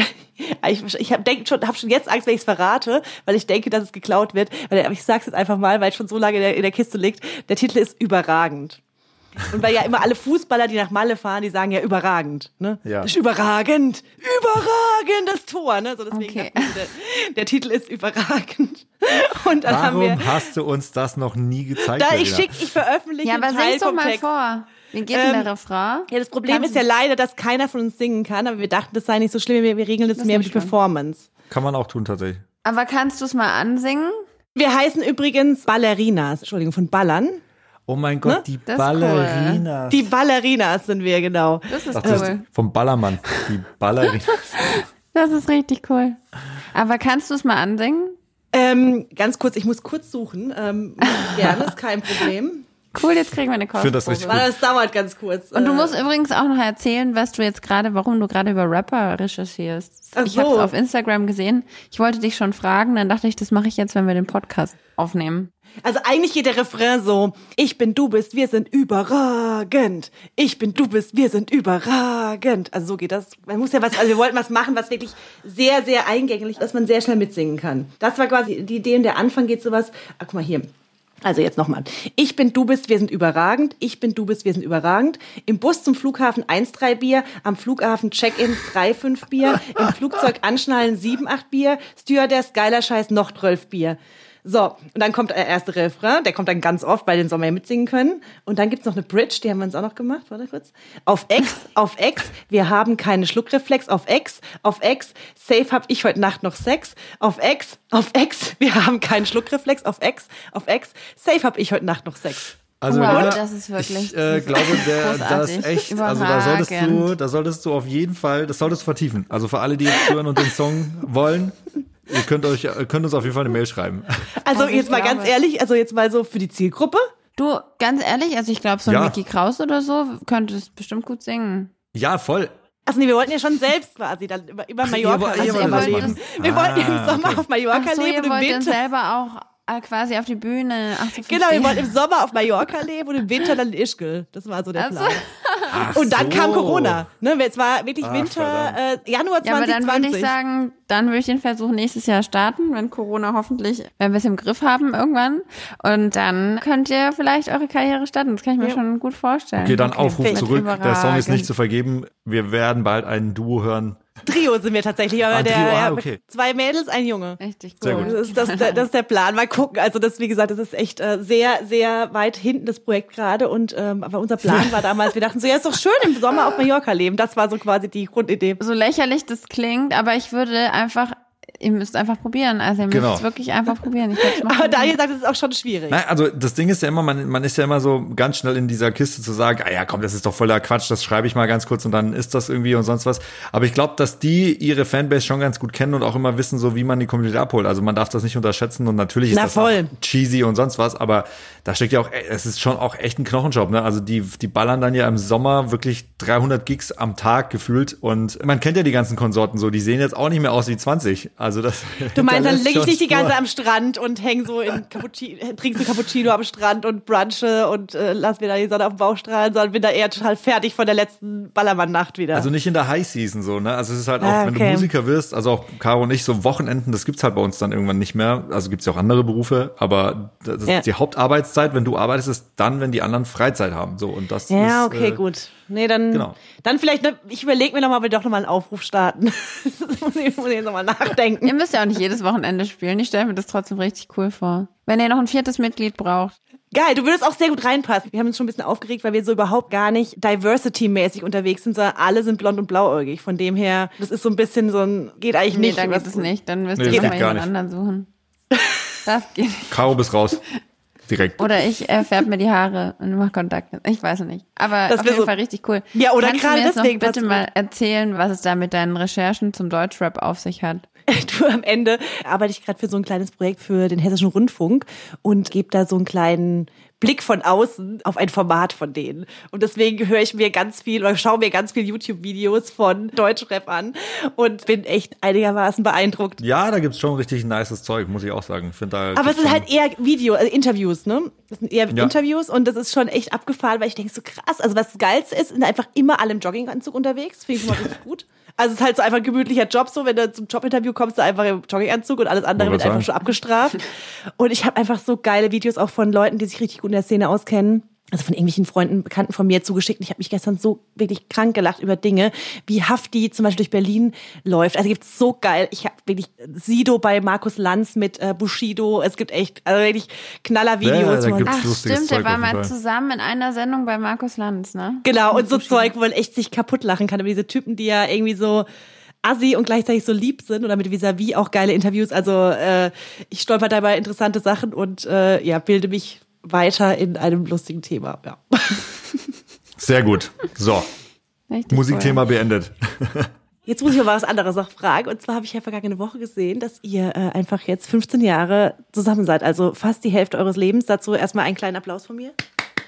Speaker 3: ich, ich habe denk schon, hab schon jetzt Angst, wenn ich es verrate, weil ich denke, dass es geklaut wird. Weil, aber ich sag's jetzt einfach mal, weil es schon so lange in der, in der Kiste liegt. Der Titel ist überragend. Und weil ja immer alle Fußballer, die nach Malle fahren, die sagen ja überragend, ne?
Speaker 1: Ja.
Speaker 3: Das ist überragend, überragendes Tor, ne? So deswegen
Speaker 2: Okay.
Speaker 3: dachten wir, der, der Titel ist überragend. Und dann haben wir,
Speaker 1: Warum hast du uns das noch nie gezeigt?
Speaker 3: da ich
Speaker 1: Verena?
Speaker 3: schick, ich veröffentliche
Speaker 2: Ja, aber
Speaker 3: einen Teil
Speaker 2: sing's doch
Speaker 3: vom
Speaker 2: mal
Speaker 3: Text.
Speaker 2: vor. Wie geht denn
Speaker 3: Ähm,
Speaker 2: der Refrain?
Speaker 3: Ja, das Problem
Speaker 2: Kannst
Speaker 3: ist ja leider, dass keiner von uns singen kann, aber wir dachten, das sei nicht so schlimm, wir, wir regeln das,
Speaker 2: Das ist
Speaker 3: mehr
Speaker 2: nicht
Speaker 3: mit die
Speaker 2: schlimm.
Speaker 3: Performance.
Speaker 1: Kann man auch tun, tatsächlich.
Speaker 2: Aber kannst du es mal ansingen?
Speaker 3: Wir heißen übrigens Ballerinas, Entschuldigung, von Ballern.
Speaker 1: Oh mein Gott,
Speaker 3: Ne?
Speaker 1: die
Speaker 2: Das ist
Speaker 1: Ballerinas.
Speaker 3: Die Ballerinas sind wir, genau.
Speaker 2: Das ist
Speaker 1: Ach, das
Speaker 2: cool.
Speaker 1: ist vom Ballermann. Die Ballerinas.
Speaker 2: Das ist richtig cool. Aber kannst du es mal ansingen?
Speaker 3: Ähm, ganz kurz, ich muss kurz suchen. Ähm, gerne, ist kein Problem.
Speaker 2: Cool, jetzt kriegen wir eine
Speaker 1: Ich finde das
Speaker 2: Kostprobe.
Speaker 1: richtig
Speaker 3: Weil das dauert ganz kurz.
Speaker 2: Und du
Speaker 3: Äh,
Speaker 2: musst übrigens auch noch erzählen, was du jetzt gerade, warum du gerade über Rapper recherchierst.
Speaker 3: Ach
Speaker 2: Ich habe es
Speaker 3: so.
Speaker 2: auf Instagram gesehen. Ich wollte dich schon fragen, dann dachte ich, das mache ich jetzt, wenn wir den Podcast aufnehmen.
Speaker 3: Also eigentlich geht der Refrain so, ich bin, du bist, wir sind überragend. Ich bin, du bist, wir sind überragend. Also so geht das. Man muss ja was, also wir wollten was machen, was wirklich sehr, sehr eingänglich ist, dass man sehr schnell mitsingen kann. Das war quasi die Idee und der Anfang geht sowas, ah, guck mal hier. Also jetzt nochmal. Ich bin, du bist, wir sind überragend. Ich bin, du bist, wir sind überragend. Im Bus zum Flughafen eins drei Bier. Am Flughafen Check-in drei fünf Bier. Im Flugzeug anschnallen sieben acht Bier. Stewardess, geiler Scheiß, noch zwölf Bier. So, und dann kommt der erste Refrain, der kommt dann ganz oft, weil den soll man ja mitsingen können. Und dann gibt's noch eine Bridge, die haben wir uns auch noch gemacht, warte kurz. Auf Ex, auf Ex, wir haben keine Schluckreflex, auf Ex, auf Ex, safe hab ich heute Nacht noch Sex, auf Ex, auf Ex, wir haben keinen Schluckreflex, auf Ex, auf Ex, safe hab ich heute Nacht noch Sex.
Speaker 1: Also,
Speaker 2: Wow,
Speaker 1: Verena,
Speaker 2: das ist wirklich-
Speaker 1: ich äh,
Speaker 2: das ist
Speaker 1: glaube, der, das
Speaker 2: großartig.
Speaker 1: ist echt, also da solltest du,
Speaker 2: Überragend.
Speaker 1: da solltest du auf jeden Fall, das solltest du vertiefen. Also für alle, die jetzt hören und den Song wollen, ihr könnt euch, ihr könnt uns auf jeden Fall eine Mail schreiben.
Speaker 3: Also,
Speaker 2: Also ich
Speaker 3: jetzt mal ganz
Speaker 2: glaube-
Speaker 3: ehrlich, also jetzt mal so für die Zielgruppe.
Speaker 2: Du, ganz ehrlich, also ich glaube, so ein
Speaker 1: Ja.
Speaker 2: Mickey Kraus oder so könnte es bestimmt gut singen.
Speaker 1: Ja, voll.
Speaker 3: Also nee, wir wollten ja schon selbst quasi dann über, über Mallorca
Speaker 1: ihr wollt-
Speaker 3: also
Speaker 1: ihr wollt
Speaker 3: immer
Speaker 1: was
Speaker 3: leben.
Speaker 1: machen.
Speaker 3: Wir wollten im
Speaker 1: Ah,
Speaker 3: Sommer
Speaker 1: okay.
Speaker 3: auf Mallorca
Speaker 2: Ach so,
Speaker 3: leben
Speaker 2: ihr
Speaker 3: und im
Speaker 2: wollt dann
Speaker 3: Winter.
Speaker 2: selber auch äh, quasi auf die Bühne. Ach so,
Speaker 3: Genau, wir
Speaker 2: verstehe.
Speaker 3: wollten im Sommer auf Mallorca leben und im Winter dann in Ischgl. Das war so der
Speaker 2: Ach so.
Speaker 3: Plan.
Speaker 1: Ach
Speaker 3: Und dann
Speaker 1: so.
Speaker 3: kam Corona. Ne, es war wirklich
Speaker 1: Ach,
Speaker 3: Winter,
Speaker 1: verdammt.
Speaker 3: äh, Januar
Speaker 2: Ja, aber
Speaker 3: zwanzig
Speaker 2: dann
Speaker 3: zwanzig.
Speaker 2: würde ich sagen, dann würde ich den Versuch nächstes Jahr starten, wenn Corona hoffentlich, wenn wir es im Griff haben irgendwann. Und dann könnt ihr vielleicht eure Karriere starten. Das kann ich mir
Speaker 3: Ja.
Speaker 2: schon gut vorstellen.
Speaker 1: Okay, dann Aufruf
Speaker 2: Mit
Speaker 1: zurück. Der Song ist
Speaker 2: überragend.
Speaker 1: nicht zu vergeben. Wir werden bald ein Duo hören.
Speaker 3: Trio sind wir tatsächlich, aber
Speaker 1: Ah,
Speaker 3: der
Speaker 1: Trio, ah,
Speaker 3: ja,
Speaker 1: okay.
Speaker 3: zwei Mädels, ein Junge.
Speaker 2: Richtig
Speaker 1: Sehr
Speaker 2: cool.
Speaker 1: gut.
Speaker 3: Das ist, das, das ist der Plan. Mal gucken. Also das, wie gesagt, das ist echt äh, sehr, sehr weit hinten das Projekt gerade. Und ähm, aber unser Plan war damals, wir dachten so, ja, ist doch schön im Sommer auf Mallorca leben. Das war so quasi die Grundidee.
Speaker 2: So lächerlich das klingt, aber ich würde einfach, ihr müsst einfach probieren. Also ihr müsst
Speaker 1: Genau.
Speaker 2: es wirklich einfach probieren. Ich glaub, es macht
Speaker 3: Aber
Speaker 2: Sinn.
Speaker 3: Daniel sagt, das ist auch schon schwierig.
Speaker 1: Nein, also das Ding ist ja immer, man, man ist ja immer so ganz schnell in dieser Kiste zu sagen, ah ja, komm, das ist doch voller Quatsch, das schreibe ich mal ganz kurz und dann ist das irgendwie und sonst was. Aber ich glaube, dass die ihre Fanbase schon ganz gut kennen und auch immer wissen, so wie man die Community abholt. Also man darf das nicht unterschätzen und natürlich ist
Speaker 3: Na,
Speaker 1: das
Speaker 3: voll.
Speaker 1: auch cheesy und sonst was, aber da steckt ja auch, es ist schon auch echt ein Knochenjob, ne? Also die, die ballern dann ja im Sommer wirklich dreihundert Gigs am Tag gefühlt und man kennt ja die ganzen Konsorten so, die sehen jetzt auch nicht mehr aus wie zwanzig. Also das.
Speaker 3: Du meinst, dann
Speaker 1: lässt
Speaker 3: lege ich
Speaker 1: schon
Speaker 3: nicht die ganze
Speaker 1: Spur.
Speaker 3: am Strand und häng so in Cappuccino, trink so Cappuccino am Strand und brunche und äh, lass mir da die Sonne auf dem Bauch strahlen, sondern bin da eher total fertig von der letzten Ballermann-Nacht wieder.
Speaker 1: Also nicht in der High Season so, ne? Also es ist halt auch,
Speaker 3: Ah,
Speaker 1: wenn du
Speaker 3: okay.
Speaker 1: Musiker wirst, also auch Caro und ich, so Wochenenden, das gibt's halt bei uns dann irgendwann nicht mehr. Also gibt's ja auch andere Berufe, aber das
Speaker 3: Ja.
Speaker 1: ist die Hauptarbeitszeit, wenn du arbeitest, ist dann, wenn die anderen Freizeit haben. So und das
Speaker 3: ja,
Speaker 1: ist,
Speaker 3: okay,
Speaker 1: äh,
Speaker 3: gut. Nee, dann,
Speaker 1: genau.
Speaker 3: dann vielleicht, ne, ich überlege mir nochmal, ob wir doch nochmal einen Aufruf starten. Das muss ich, muss ich jetzt nochmal nachdenken. denken.
Speaker 2: Ihr müsst ja auch nicht jedes Wochenende spielen. Ich stelle mir das trotzdem richtig cool vor. Wenn ihr noch ein viertes Mitglied braucht.
Speaker 3: Geil, du würdest auch sehr gut reinpassen. Wir haben uns schon ein bisschen aufgeregt, weil wir so überhaupt gar nicht diversity-mäßig unterwegs sind, sondern alle sind blond und blauäugig. Von dem her, das ist so ein bisschen so ein, geht eigentlich
Speaker 2: Nee,
Speaker 3: nicht.
Speaker 2: dann
Speaker 3: was-
Speaker 2: geht es nicht. Dann müsst
Speaker 1: Nee,
Speaker 2: ihr
Speaker 1: das
Speaker 2: noch mal
Speaker 1: geht gar
Speaker 2: jemand
Speaker 1: nicht.
Speaker 2: anderen suchen. Das geht nicht.
Speaker 1: Caro bist raus. Direkt.
Speaker 2: Oder ich äh, färbe mir die Haare und mache Kontakt. Ich weiß es nicht. Aber
Speaker 3: Das
Speaker 2: auf
Speaker 3: wär
Speaker 2: jeden
Speaker 3: so-
Speaker 2: Fall richtig cool.
Speaker 3: Ja, oder
Speaker 2: Kannst du
Speaker 3: gerade
Speaker 2: mir jetzt
Speaker 3: deswegen
Speaker 2: noch bitte
Speaker 3: passt
Speaker 2: mal erzählen, was es da mit deinen Recherchen zum Deutschrap auf sich hat?
Speaker 3: Du, am Ende arbeite ich gerade für so ein kleines Projekt für den Hessischen Rundfunk und gebe da so einen kleinen Blick von außen auf ein Format von denen. Und deswegen höre ich mir ganz viel oder schaue mir ganz viel YouTube-Videos von Deutschrap an und bin echt einigermaßen beeindruckt.
Speaker 1: Ja, da gibt's schon richtig nices Zeug, muss ich auch sagen. Ich find, da
Speaker 3: Aber es
Speaker 1: gibt's
Speaker 3: sind
Speaker 1: schon-
Speaker 3: halt eher Video, also Interviews, ne? Das sind eher
Speaker 1: Ja.
Speaker 3: Interviews und das ist schon echt abgefahren, weil ich denke so krass. Also was das Geilste ist, sind einfach immer alle im Jogginganzug unterwegs. Finde ich schon mal richtig gut. Also es ist halt so einfach ein gemütlicher Job, so wenn du zum Jobinterview kommst, du einfach im Jogginganzug und alles andere
Speaker 1: Wollte
Speaker 3: wird einfach
Speaker 1: sagen.
Speaker 3: schon abgestraft. Und ich habe einfach so geile Videos auch von Leuten, die sich richtig gut in der Szene auskennen. Also von irgendwelchen Freunden, Bekannten von mir zugeschickt. Und ich habe mich gestern so wirklich krank gelacht über Dinge, wie Hafti zum Beispiel durch Berlin läuft. Also gibt's so geil. Ich habe wirklich Sido bei Markus Lanz mit äh, Bushido. Es gibt echt also wirklich Knallervideos.
Speaker 1: Ja, da
Speaker 3: wo man-
Speaker 1: gibt's
Speaker 2: Ach,
Speaker 1: lustiges
Speaker 2: stimmt, der
Speaker 1: Zeug
Speaker 2: war
Speaker 1: auf jeden
Speaker 2: mal
Speaker 1: Fall.
Speaker 2: zusammen in einer Sendung bei Markus Lanz, ne?
Speaker 3: Genau, und so Zeug, wo man echt sich kaputt lachen kann. Aber diese Typen, die ja irgendwie so assi und gleichzeitig so lieb sind oder mit Vis-a-vis auch geile Interviews. Also äh, ich stolper dabei interessante Sachen und äh, ja, bilde mich weiter in einem lustigen Thema. Ja.
Speaker 1: Sehr gut. So,
Speaker 2: Richtig
Speaker 1: Musikthema beendet.
Speaker 3: Jetzt muss ich aber was anderes noch fragen. Und zwar habe ich ja vergangene Woche gesehen, dass ihr äh, einfach jetzt fünfzehn Jahre zusammen seid. Also fast die Hälfte eures Lebens. Dazu erstmal einen kleinen Applaus von mir.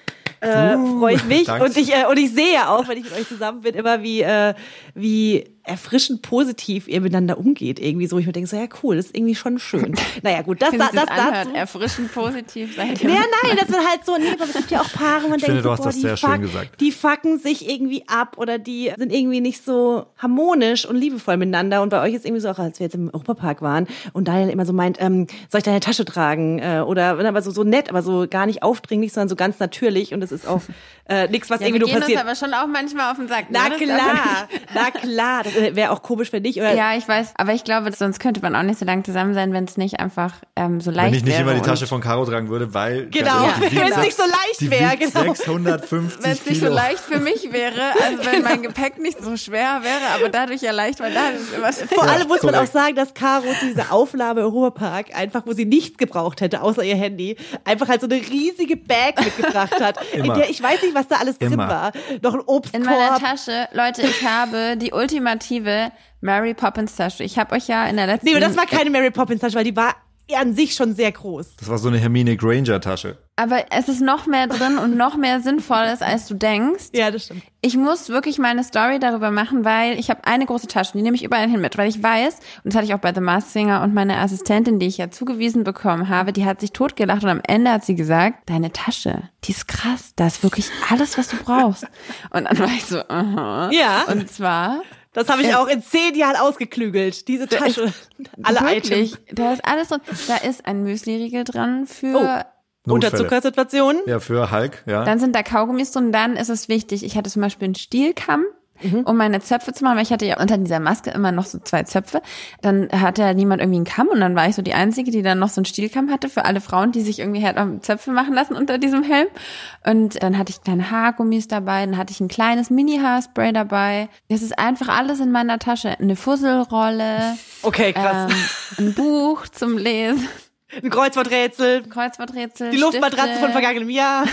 Speaker 3: Äh,
Speaker 1: Uh,
Speaker 3: freue ich mich.
Speaker 1: danke.
Speaker 3: Und ich, äh, und ich sehe ja auch, wenn ich mit euch zusammen bin, immer wie, äh, wie erfrischend positiv ihr miteinander umgeht. Irgendwie so. Ich mir denke so, ja cool, das ist irgendwie schon schön. Naja gut, das,
Speaker 2: Wie
Speaker 3: das,
Speaker 2: sich
Speaker 3: das
Speaker 2: das anhört,
Speaker 3: dazu.
Speaker 2: erfrischend positiv seid ihr.
Speaker 3: Ja, nein, das wird halt so, nee, aber es gibt ja auch Paare, man
Speaker 1: Ich
Speaker 3: denkt
Speaker 1: finde, du
Speaker 3: so,
Speaker 1: hast
Speaker 3: boah,
Speaker 1: das
Speaker 3: die,
Speaker 1: sehr schön
Speaker 3: fuck,
Speaker 1: gesagt.
Speaker 3: die fucken sich irgendwie ab oder die sind irgendwie nicht so harmonisch und liebevoll miteinander. Und bei euch ist irgendwie so, auch als wir jetzt im Europapark waren und Daniel immer so meint, ähm, soll ich deine Tasche tragen? Äh, oder aber so, so nett, aber so gar nicht aufdringlich, sondern so ganz natürlich. Und das ist auch äh, nichts, was
Speaker 2: Ja, wir
Speaker 3: irgendwie nur
Speaker 2: gehen uns
Speaker 3: passiert.
Speaker 2: aber schon auch manchmal auf den Sack.
Speaker 3: Na
Speaker 2: ne? Das darf man
Speaker 3: klar, na klar. Das wäre auch komisch für dich. Oder?
Speaker 2: Ja, ich weiß, aber ich glaube, sonst könnte man auch nicht so lange zusammen sein, wenn es nicht einfach ähm, so leicht
Speaker 1: Wenn ich nicht
Speaker 2: wäre.
Speaker 1: immer die
Speaker 2: und-
Speaker 1: Tasche von Caro tragen würde, weil...
Speaker 3: Genau,
Speaker 1: ganz ehrlich, die
Speaker 3: wenn es
Speaker 1: wiegt-
Speaker 3: nicht so leicht
Speaker 1: die
Speaker 3: wäre.
Speaker 1: wiegt
Speaker 3: Genau.
Speaker 1: sechshundertfünfzig
Speaker 2: Wenn es nicht so
Speaker 1: Kilo.
Speaker 2: leicht für mich wäre, also wenn mein Gepäck nicht so schwer wäre, aber dadurch ja leicht, weil da ist immer
Speaker 3: Vor allem muss man auch
Speaker 1: korrekt.
Speaker 3: sagen, dass Caro zu dieser Aufnahme im Ruhrpark einfach, wo sie nichts gebraucht hätte, außer ihr Handy, einfach halt so eine riesige Bag mitgebracht hat, in
Speaker 1: Immer.
Speaker 3: der ich weiß nicht, was da alles drin
Speaker 1: Immer.
Speaker 3: war. Noch ein Obstkorb.
Speaker 2: in meiner Tasche. Leute, ich habe die ultimative Mary Poppins Tasche. Ich habe euch ja in der letzten...
Speaker 3: Nee, aber das war keine Mary Poppins Tasche, weil die war an sich schon sehr groß.
Speaker 1: Das war so eine Hermine Granger Tasche.
Speaker 2: Aber es ist noch mehr drin und noch mehr Sinnvolles, als du denkst.
Speaker 3: Ja, das stimmt.
Speaker 2: Ich muss wirklich meine Story darüber machen, weil ich habe eine große Tasche, die nehme ich überall hin mit, weil ich weiß, und das hatte ich auch bei The Masked Singer und meine Assistentin, die ich ja zugewiesen bekommen habe, die hat sich totgelacht und am Ende hat sie gesagt, deine Tasche, die ist krass, da ist wirklich alles, was du brauchst. Und dann war ich so, aha.
Speaker 3: Ja.
Speaker 2: Und zwar...
Speaker 3: Das habe ich
Speaker 2: Es-
Speaker 3: auch in zehn Jahren ausgeklügelt. Diese Tasche. Alle
Speaker 2: Wirklich,
Speaker 3: Items.
Speaker 2: da ist alles drin. Da ist ein Müsli-Riegel dran für...
Speaker 3: Oh.
Speaker 1: Notfälle.
Speaker 3: Unterzuckersituationen.
Speaker 1: Ja, für Hulk, ja.
Speaker 2: Dann sind da Kaugummis drin. Dann ist es wichtig, ich hatte zum Beispiel einen Stielkamm,
Speaker 3: Mhm.
Speaker 2: um meine Zöpfe zu machen, weil ich hatte ja unter dieser Maske immer noch so zwei Zöpfe. Dann hatte ja niemand irgendwie einen Kamm und dann war ich so die Einzige, die dann noch so einen Stielkamm hatte für alle Frauen, die sich irgendwie halt auch Zöpfe machen lassen unter diesem Helm. Und dann hatte ich kleine Haargummis dabei, dann hatte ich ein kleines Mini-Haarspray dabei. Das ist einfach alles in meiner Tasche. Eine Fusselrolle,
Speaker 3: Okay, krass.
Speaker 2: ähm, ein Buch zum Lesen,
Speaker 3: Ein Kreuzworträtsel.
Speaker 2: Kreuzworträtsel,
Speaker 3: Die Luftmatratze
Speaker 2: Stifte.
Speaker 3: von vergangenem Jahr.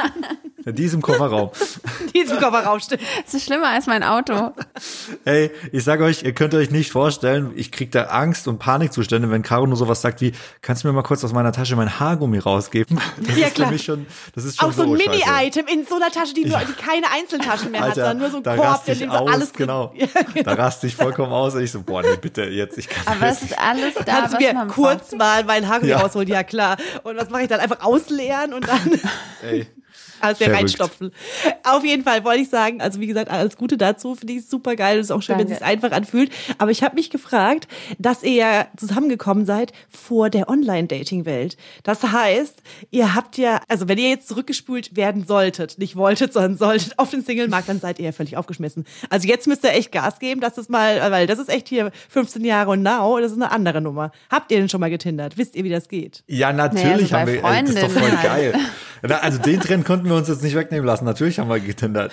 Speaker 1: Ja, die ist im Kofferraum.
Speaker 3: Die ist im Kofferraum stimmt.
Speaker 2: Das ist schlimmer als mein Auto.
Speaker 1: Ey, ich sag euch, ihr könnt euch nicht vorstellen, ich krieg da Angst und Panikzustände, wenn Caro nur sowas sagt wie, kannst du mir mal kurz aus meiner Tasche mein Haargummi rausgeben? Das
Speaker 3: Ja,
Speaker 1: ist
Speaker 3: klar.
Speaker 1: für mich schon, das ist schon
Speaker 3: Auch so ein
Speaker 1: scheiße.
Speaker 3: Mini-Item in so einer Tasche, die, nur, die keine Einzeltaschen mehr hat,
Speaker 1: Alter,
Speaker 3: sondern nur so ein
Speaker 1: da
Speaker 3: Korb,
Speaker 1: raste
Speaker 3: in
Speaker 1: ich
Speaker 3: dem so
Speaker 1: aus,
Speaker 3: alles drin.
Speaker 1: genau.
Speaker 3: Ja, genau.
Speaker 1: Da raste ich vollkommen aus und ich so, boah, nee, bitte, jetzt, ich kann
Speaker 2: Aber
Speaker 1: das
Speaker 2: es ist alles da,
Speaker 3: Kannst du
Speaker 2: was
Speaker 3: mir
Speaker 2: man
Speaker 3: kurz
Speaker 2: braucht.
Speaker 3: mal mein Haargummi
Speaker 1: Ja.
Speaker 3: rausholen? Ja, klar. Und was mache ich dann? Einfach ausleeren und dann...
Speaker 1: Ey.
Speaker 3: Alles wieder reinstopfen. Auf jeden Fall wollte ich sagen, also wie gesagt, alles Gute dazu, finde ich super geil. Es ist auch schön, Danke. Wenn es sich einfach anfühlt. Aber ich habe mich gefragt, dass ihr ja zusammengekommen seid vor der Online-Dating-Welt. Das heißt, ihr habt ja, also wenn ihr jetzt zurückgespult werden solltet, nicht wolltet, sondern solltet auf den Single-Markt, dann seid ihr ja völlig aufgeschmissen. Also jetzt müsst ihr echt Gas geben, dass das mal, weil das ist echt hier fünfzehn Jahre und now, das ist eine andere Nummer. Habt ihr denn schon mal getindert? Wisst ihr, wie das geht?
Speaker 1: Ja, natürlich
Speaker 2: naja,
Speaker 1: haben wir, ey, das ist doch voll geil. Also den Trend konnten wir uns jetzt nicht wegnehmen lassen. Natürlich haben wir getindert.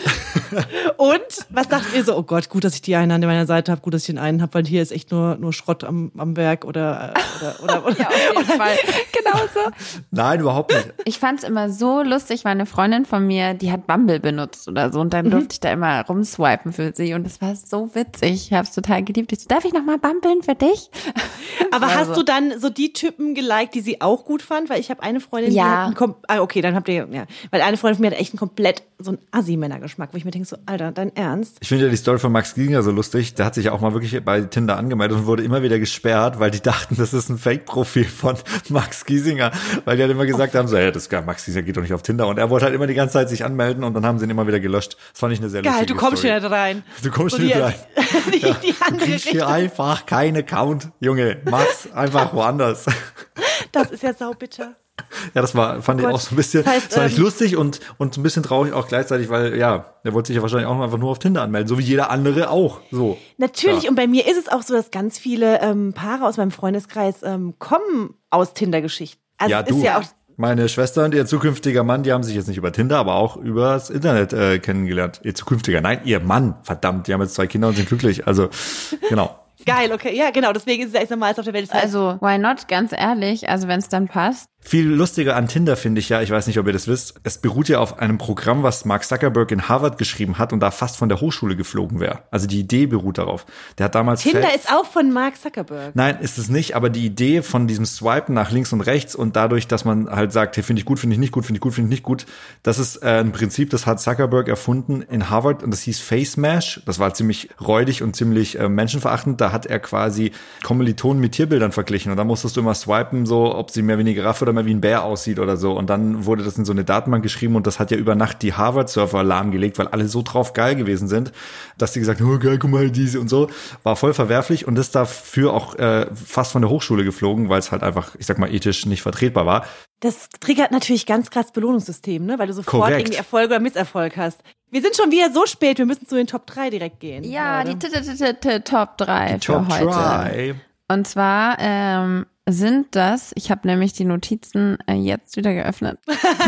Speaker 3: Und was dacht ihr so? Oh Gott, gut, dass ich die eine an meiner Seite habe, gut, dass ich den einen habe, weil hier ist echt nur nur Schrott am, am Werk oder oder oder, oder
Speaker 2: ja, auf jeden
Speaker 3: oder,
Speaker 2: Fall. Genau so.
Speaker 1: Nein, überhaupt nicht.
Speaker 2: Ich fand's immer so lustig, weil eine Freundin von mir, die hat Bumble benutzt oder so und dann mhm. durfte ich da immer rumswipen für sie und das war so witzig. Ich hab's total geliebt. Ich so, darf ich noch mal bumbeln für dich?
Speaker 3: Aber hast
Speaker 2: so.
Speaker 3: du dann so die Typen geliked, die sie auch gut fand? Weil ich habe eine Freundin,
Speaker 2: ja.
Speaker 3: die hat einen Kom- ah, okay, dann habt ihr, ja. Weil eine Freundin von mir hat echt einen komplett so einen Assi-Männer-Geschmack, wo ich mir denke so, Alter, dein Ernst?
Speaker 1: Ich finde ja die Story von Max Giesinger so lustig. Der hat sich ja auch mal wirklich bei Tinder angemeldet und wurde immer wieder gesperrt, weil die dachten, das ist ein Fake-Profil von Max Giesinger. Weil die halt immer gesagt oh. haben, so, hey, das ist geil, Max Giesinger geht doch nicht auf Tinder. Und er wollte halt immer die ganze Zeit sich anmelden und dann haben sie ihn immer wieder gelöscht. Das fand ich eine sehr
Speaker 3: geil,
Speaker 1: lustige
Speaker 3: du kommst
Speaker 1: Story.
Speaker 3: hier rein.
Speaker 1: Du kommst
Speaker 3: so
Speaker 1: hier rein.
Speaker 3: Die,
Speaker 1: ja.
Speaker 3: die andere
Speaker 1: du kriegst hier einfach keinen Account, Junge. Mach's einfach woanders.
Speaker 3: Das ist ja saubitter.
Speaker 1: Ja, das war, fand ich
Speaker 3: Gott.
Speaker 1: auch so ein bisschen,
Speaker 3: das, heißt,
Speaker 1: das war nicht
Speaker 3: ähm,
Speaker 1: lustig und, und so ein bisschen traurig auch gleichzeitig, weil, ja, der wollte sich ja wahrscheinlich auch einfach nur auf Tinder anmelden, so wie jeder andere auch, so.
Speaker 3: Natürlich,
Speaker 1: ja.
Speaker 3: Und bei mir ist es auch so, dass ganz viele ähm, Paare aus meinem Freundeskreis ähm, kommen aus Tinder-Geschichten. Also
Speaker 1: ja, du,
Speaker 3: ist ja auch
Speaker 1: meine Schwester und ihr zukünftiger Mann, die haben sich jetzt nicht über Tinder, aber auch übers Internet äh, kennengelernt. Ihr zukünftiger, nein, ihr Mann, verdammt, die haben jetzt zwei Kinder und sind glücklich, also, genau.
Speaker 3: Geil, okay, ja, genau, deswegen ist es ja echt normal auf der Welt. Das heißt,
Speaker 2: also, why not, ganz ehrlich, also wenn es dann passt.
Speaker 1: Viel lustiger an Tinder finde ich ja, ich weiß nicht, ob ihr das wisst, es beruht ja auf einem Programm, was Mark Zuckerberg in Harvard geschrieben hat und da fast von der Hochschule geflogen wäre. Also die Idee beruht darauf. Der hat damals
Speaker 3: Tinder
Speaker 1: Feld-
Speaker 3: ist auch von Mark Zuckerberg.
Speaker 1: Nein, ist es nicht, aber die Idee von diesem Swipen nach links und rechts und dadurch, dass man halt sagt, hey, finde ich gut, finde ich nicht gut, finde ich gut, finde ich nicht gut, das ist äh, ein Prinzip, das hat Zuckerberg erfunden in Harvard und das hieß Face Mash. Das war ziemlich räudig und ziemlich äh, menschenverachtend. Da hat er quasi Kommilitonen mit Tierbildern verglichen und da musstest du immer swipen, so ob sie mehr wie eine Giraffe oder mehr wie ein Bär aussieht oder so und dann wurde das in so eine Datenbank geschrieben und das hat ja über Nacht die Harvard-Surfer lahmgelegt, weil alle so drauf geil gewesen sind, dass die gesagt haben, oh geil, guck mal diese und so, war voll verwerflich und ist dafür auch äh, fast von der Hochschule geflogen, weil es halt einfach, ich sag mal, ethisch nicht vertretbar war.
Speaker 3: Das triggert natürlich ganz krass Belohnungssystem, ne, weil du sofort
Speaker 1: Korrekt.
Speaker 3: irgendwie Erfolg oder Misserfolg hast. Wir sind schon wieder so spät, wir müssen zu den Top drei direkt gehen.
Speaker 2: Ja,
Speaker 3: gerade.
Speaker 2: die Top drei für
Speaker 1: Top
Speaker 2: heute.
Speaker 1: drei.
Speaker 2: Und zwar ähm, sind das, ich habe nämlich die Notizen äh, jetzt wieder geöffnet.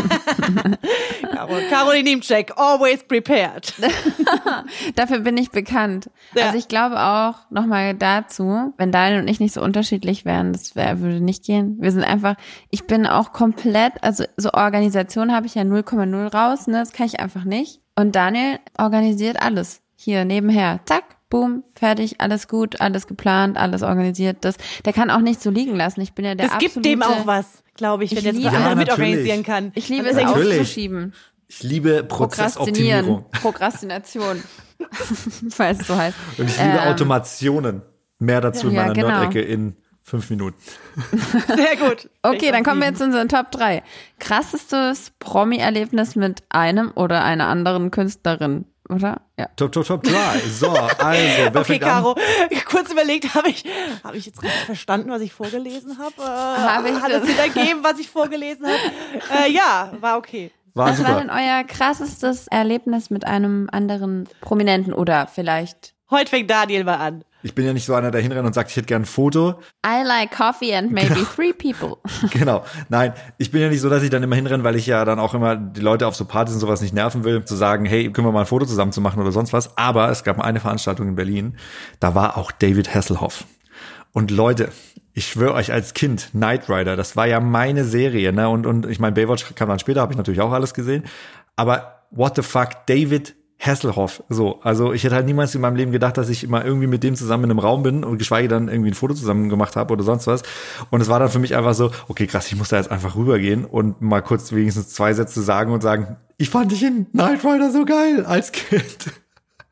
Speaker 3: Caro, Caroline Check, always prepared.
Speaker 2: Dafür bin ich bekannt.
Speaker 3: Ja.
Speaker 2: Also ich glaube auch, nochmal dazu, wenn Daniel und ich nicht so unterschiedlich wären, das wär, würde nicht gehen. Wir sind einfach, ich bin auch komplett, also so Organisation habe ich ja null Komma null raus, ne, das kann ich einfach nicht. Und Daniel organisiert alles. Hier nebenher, zack. Boom, fertig, alles gut, alles geplant, alles organisiert. Das, der kann auch nicht so liegen lassen. Ich bin ja der
Speaker 3: Es
Speaker 2: absolute...
Speaker 3: gibt dem auch was, glaube ich, wenn
Speaker 2: Ich
Speaker 3: der das
Speaker 2: liebe-
Speaker 3: für andere
Speaker 1: Ja,
Speaker 3: mitorganisieren
Speaker 1: natürlich.
Speaker 3: kann.
Speaker 2: Ich liebe
Speaker 3: Das
Speaker 2: es
Speaker 3: ist echt-
Speaker 1: Natürlich.
Speaker 2: aufzuschieben.
Speaker 1: Ich liebe Prozessoptimierung
Speaker 2: Prokrastination. Falls es so heißt.
Speaker 1: und ich liebe
Speaker 2: Ähm,
Speaker 1: Automationen. Mehr dazu in
Speaker 2: ja,
Speaker 1: meiner
Speaker 2: genau.
Speaker 1: Nerd-Ecke in fünf Minuten.
Speaker 3: Sehr gut.
Speaker 2: Okay, dann kommen wir jetzt zu unseren Top drei. Krassestes Promi-Erlebnis mit einem oder einer anderen Künstlerin, oder? Ja.
Speaker 1: Top, top, top drei. So, also, wer
Speaker 3: Okay,
Speaker 1: fängt an?
Speaker 3: Caro, kurz überlegt, habe ich, habe ich jetzt richtig verstanden, was ich vorgelesen habe? Äh,
Speaker 2: Habe ich
Speaker 3: hat
Speaker 2: das?
Speaker 3: es Sinn ergeben, was ich vorgelesen habe? Äh, ja, war okay.
Speaker 1: War
Speaker 2: Was war denn
Speaker 1: super.
Speaker 2: euer krassestes Erlebnis mit einem anderen Prominenten oder vielleicht?
Speaker 3: Heute fängt Daniel mal an.
Speaker 1: Ich bin ja nicht so einer, der hinrennt und sagt, ich hätte gern ein Foto.
Speaker 2: I like coffee and maybe
Speaker 1: Genau.
Speaker 2: three people.
Speaker 1: Genau. Nein, ich bin ja nicht so, dass ich dann immer hinrenne, weil ich ja dann auch immer die Leute auf so Partys und sowas nicht nerven will, zu sagen, hey, können wir mal ein Foto zusammen zu machen oder sonst was. Aber es gab mal eine Veranstaltung in Berlin, da war auch David Hasselhoff. Und Leute, ich schwöre euch, als Kind, Knight Rider, das war ja meine Serie, ne? Und, und ich meine, Baywatch kam dann später, habe ich natürlich auch alles gesehen. Aber what the fuck, David Hasselhoff, so, also ich hätte halt niemals in meinem Leben gedacht, dass ich immer irgendwie mit dem zusammen in einem Raum bin und geschweige dann irgendwie ein Foto zusammen gemacht habe oder sonst was. Und es war dann für mich einfach so, okay, krass, ich muss da jetzt einfach rübergehen und mal kurz wenigstens zwei Sätze sagen und sagen, ich fand dich in Knight Rider so geil als Kind.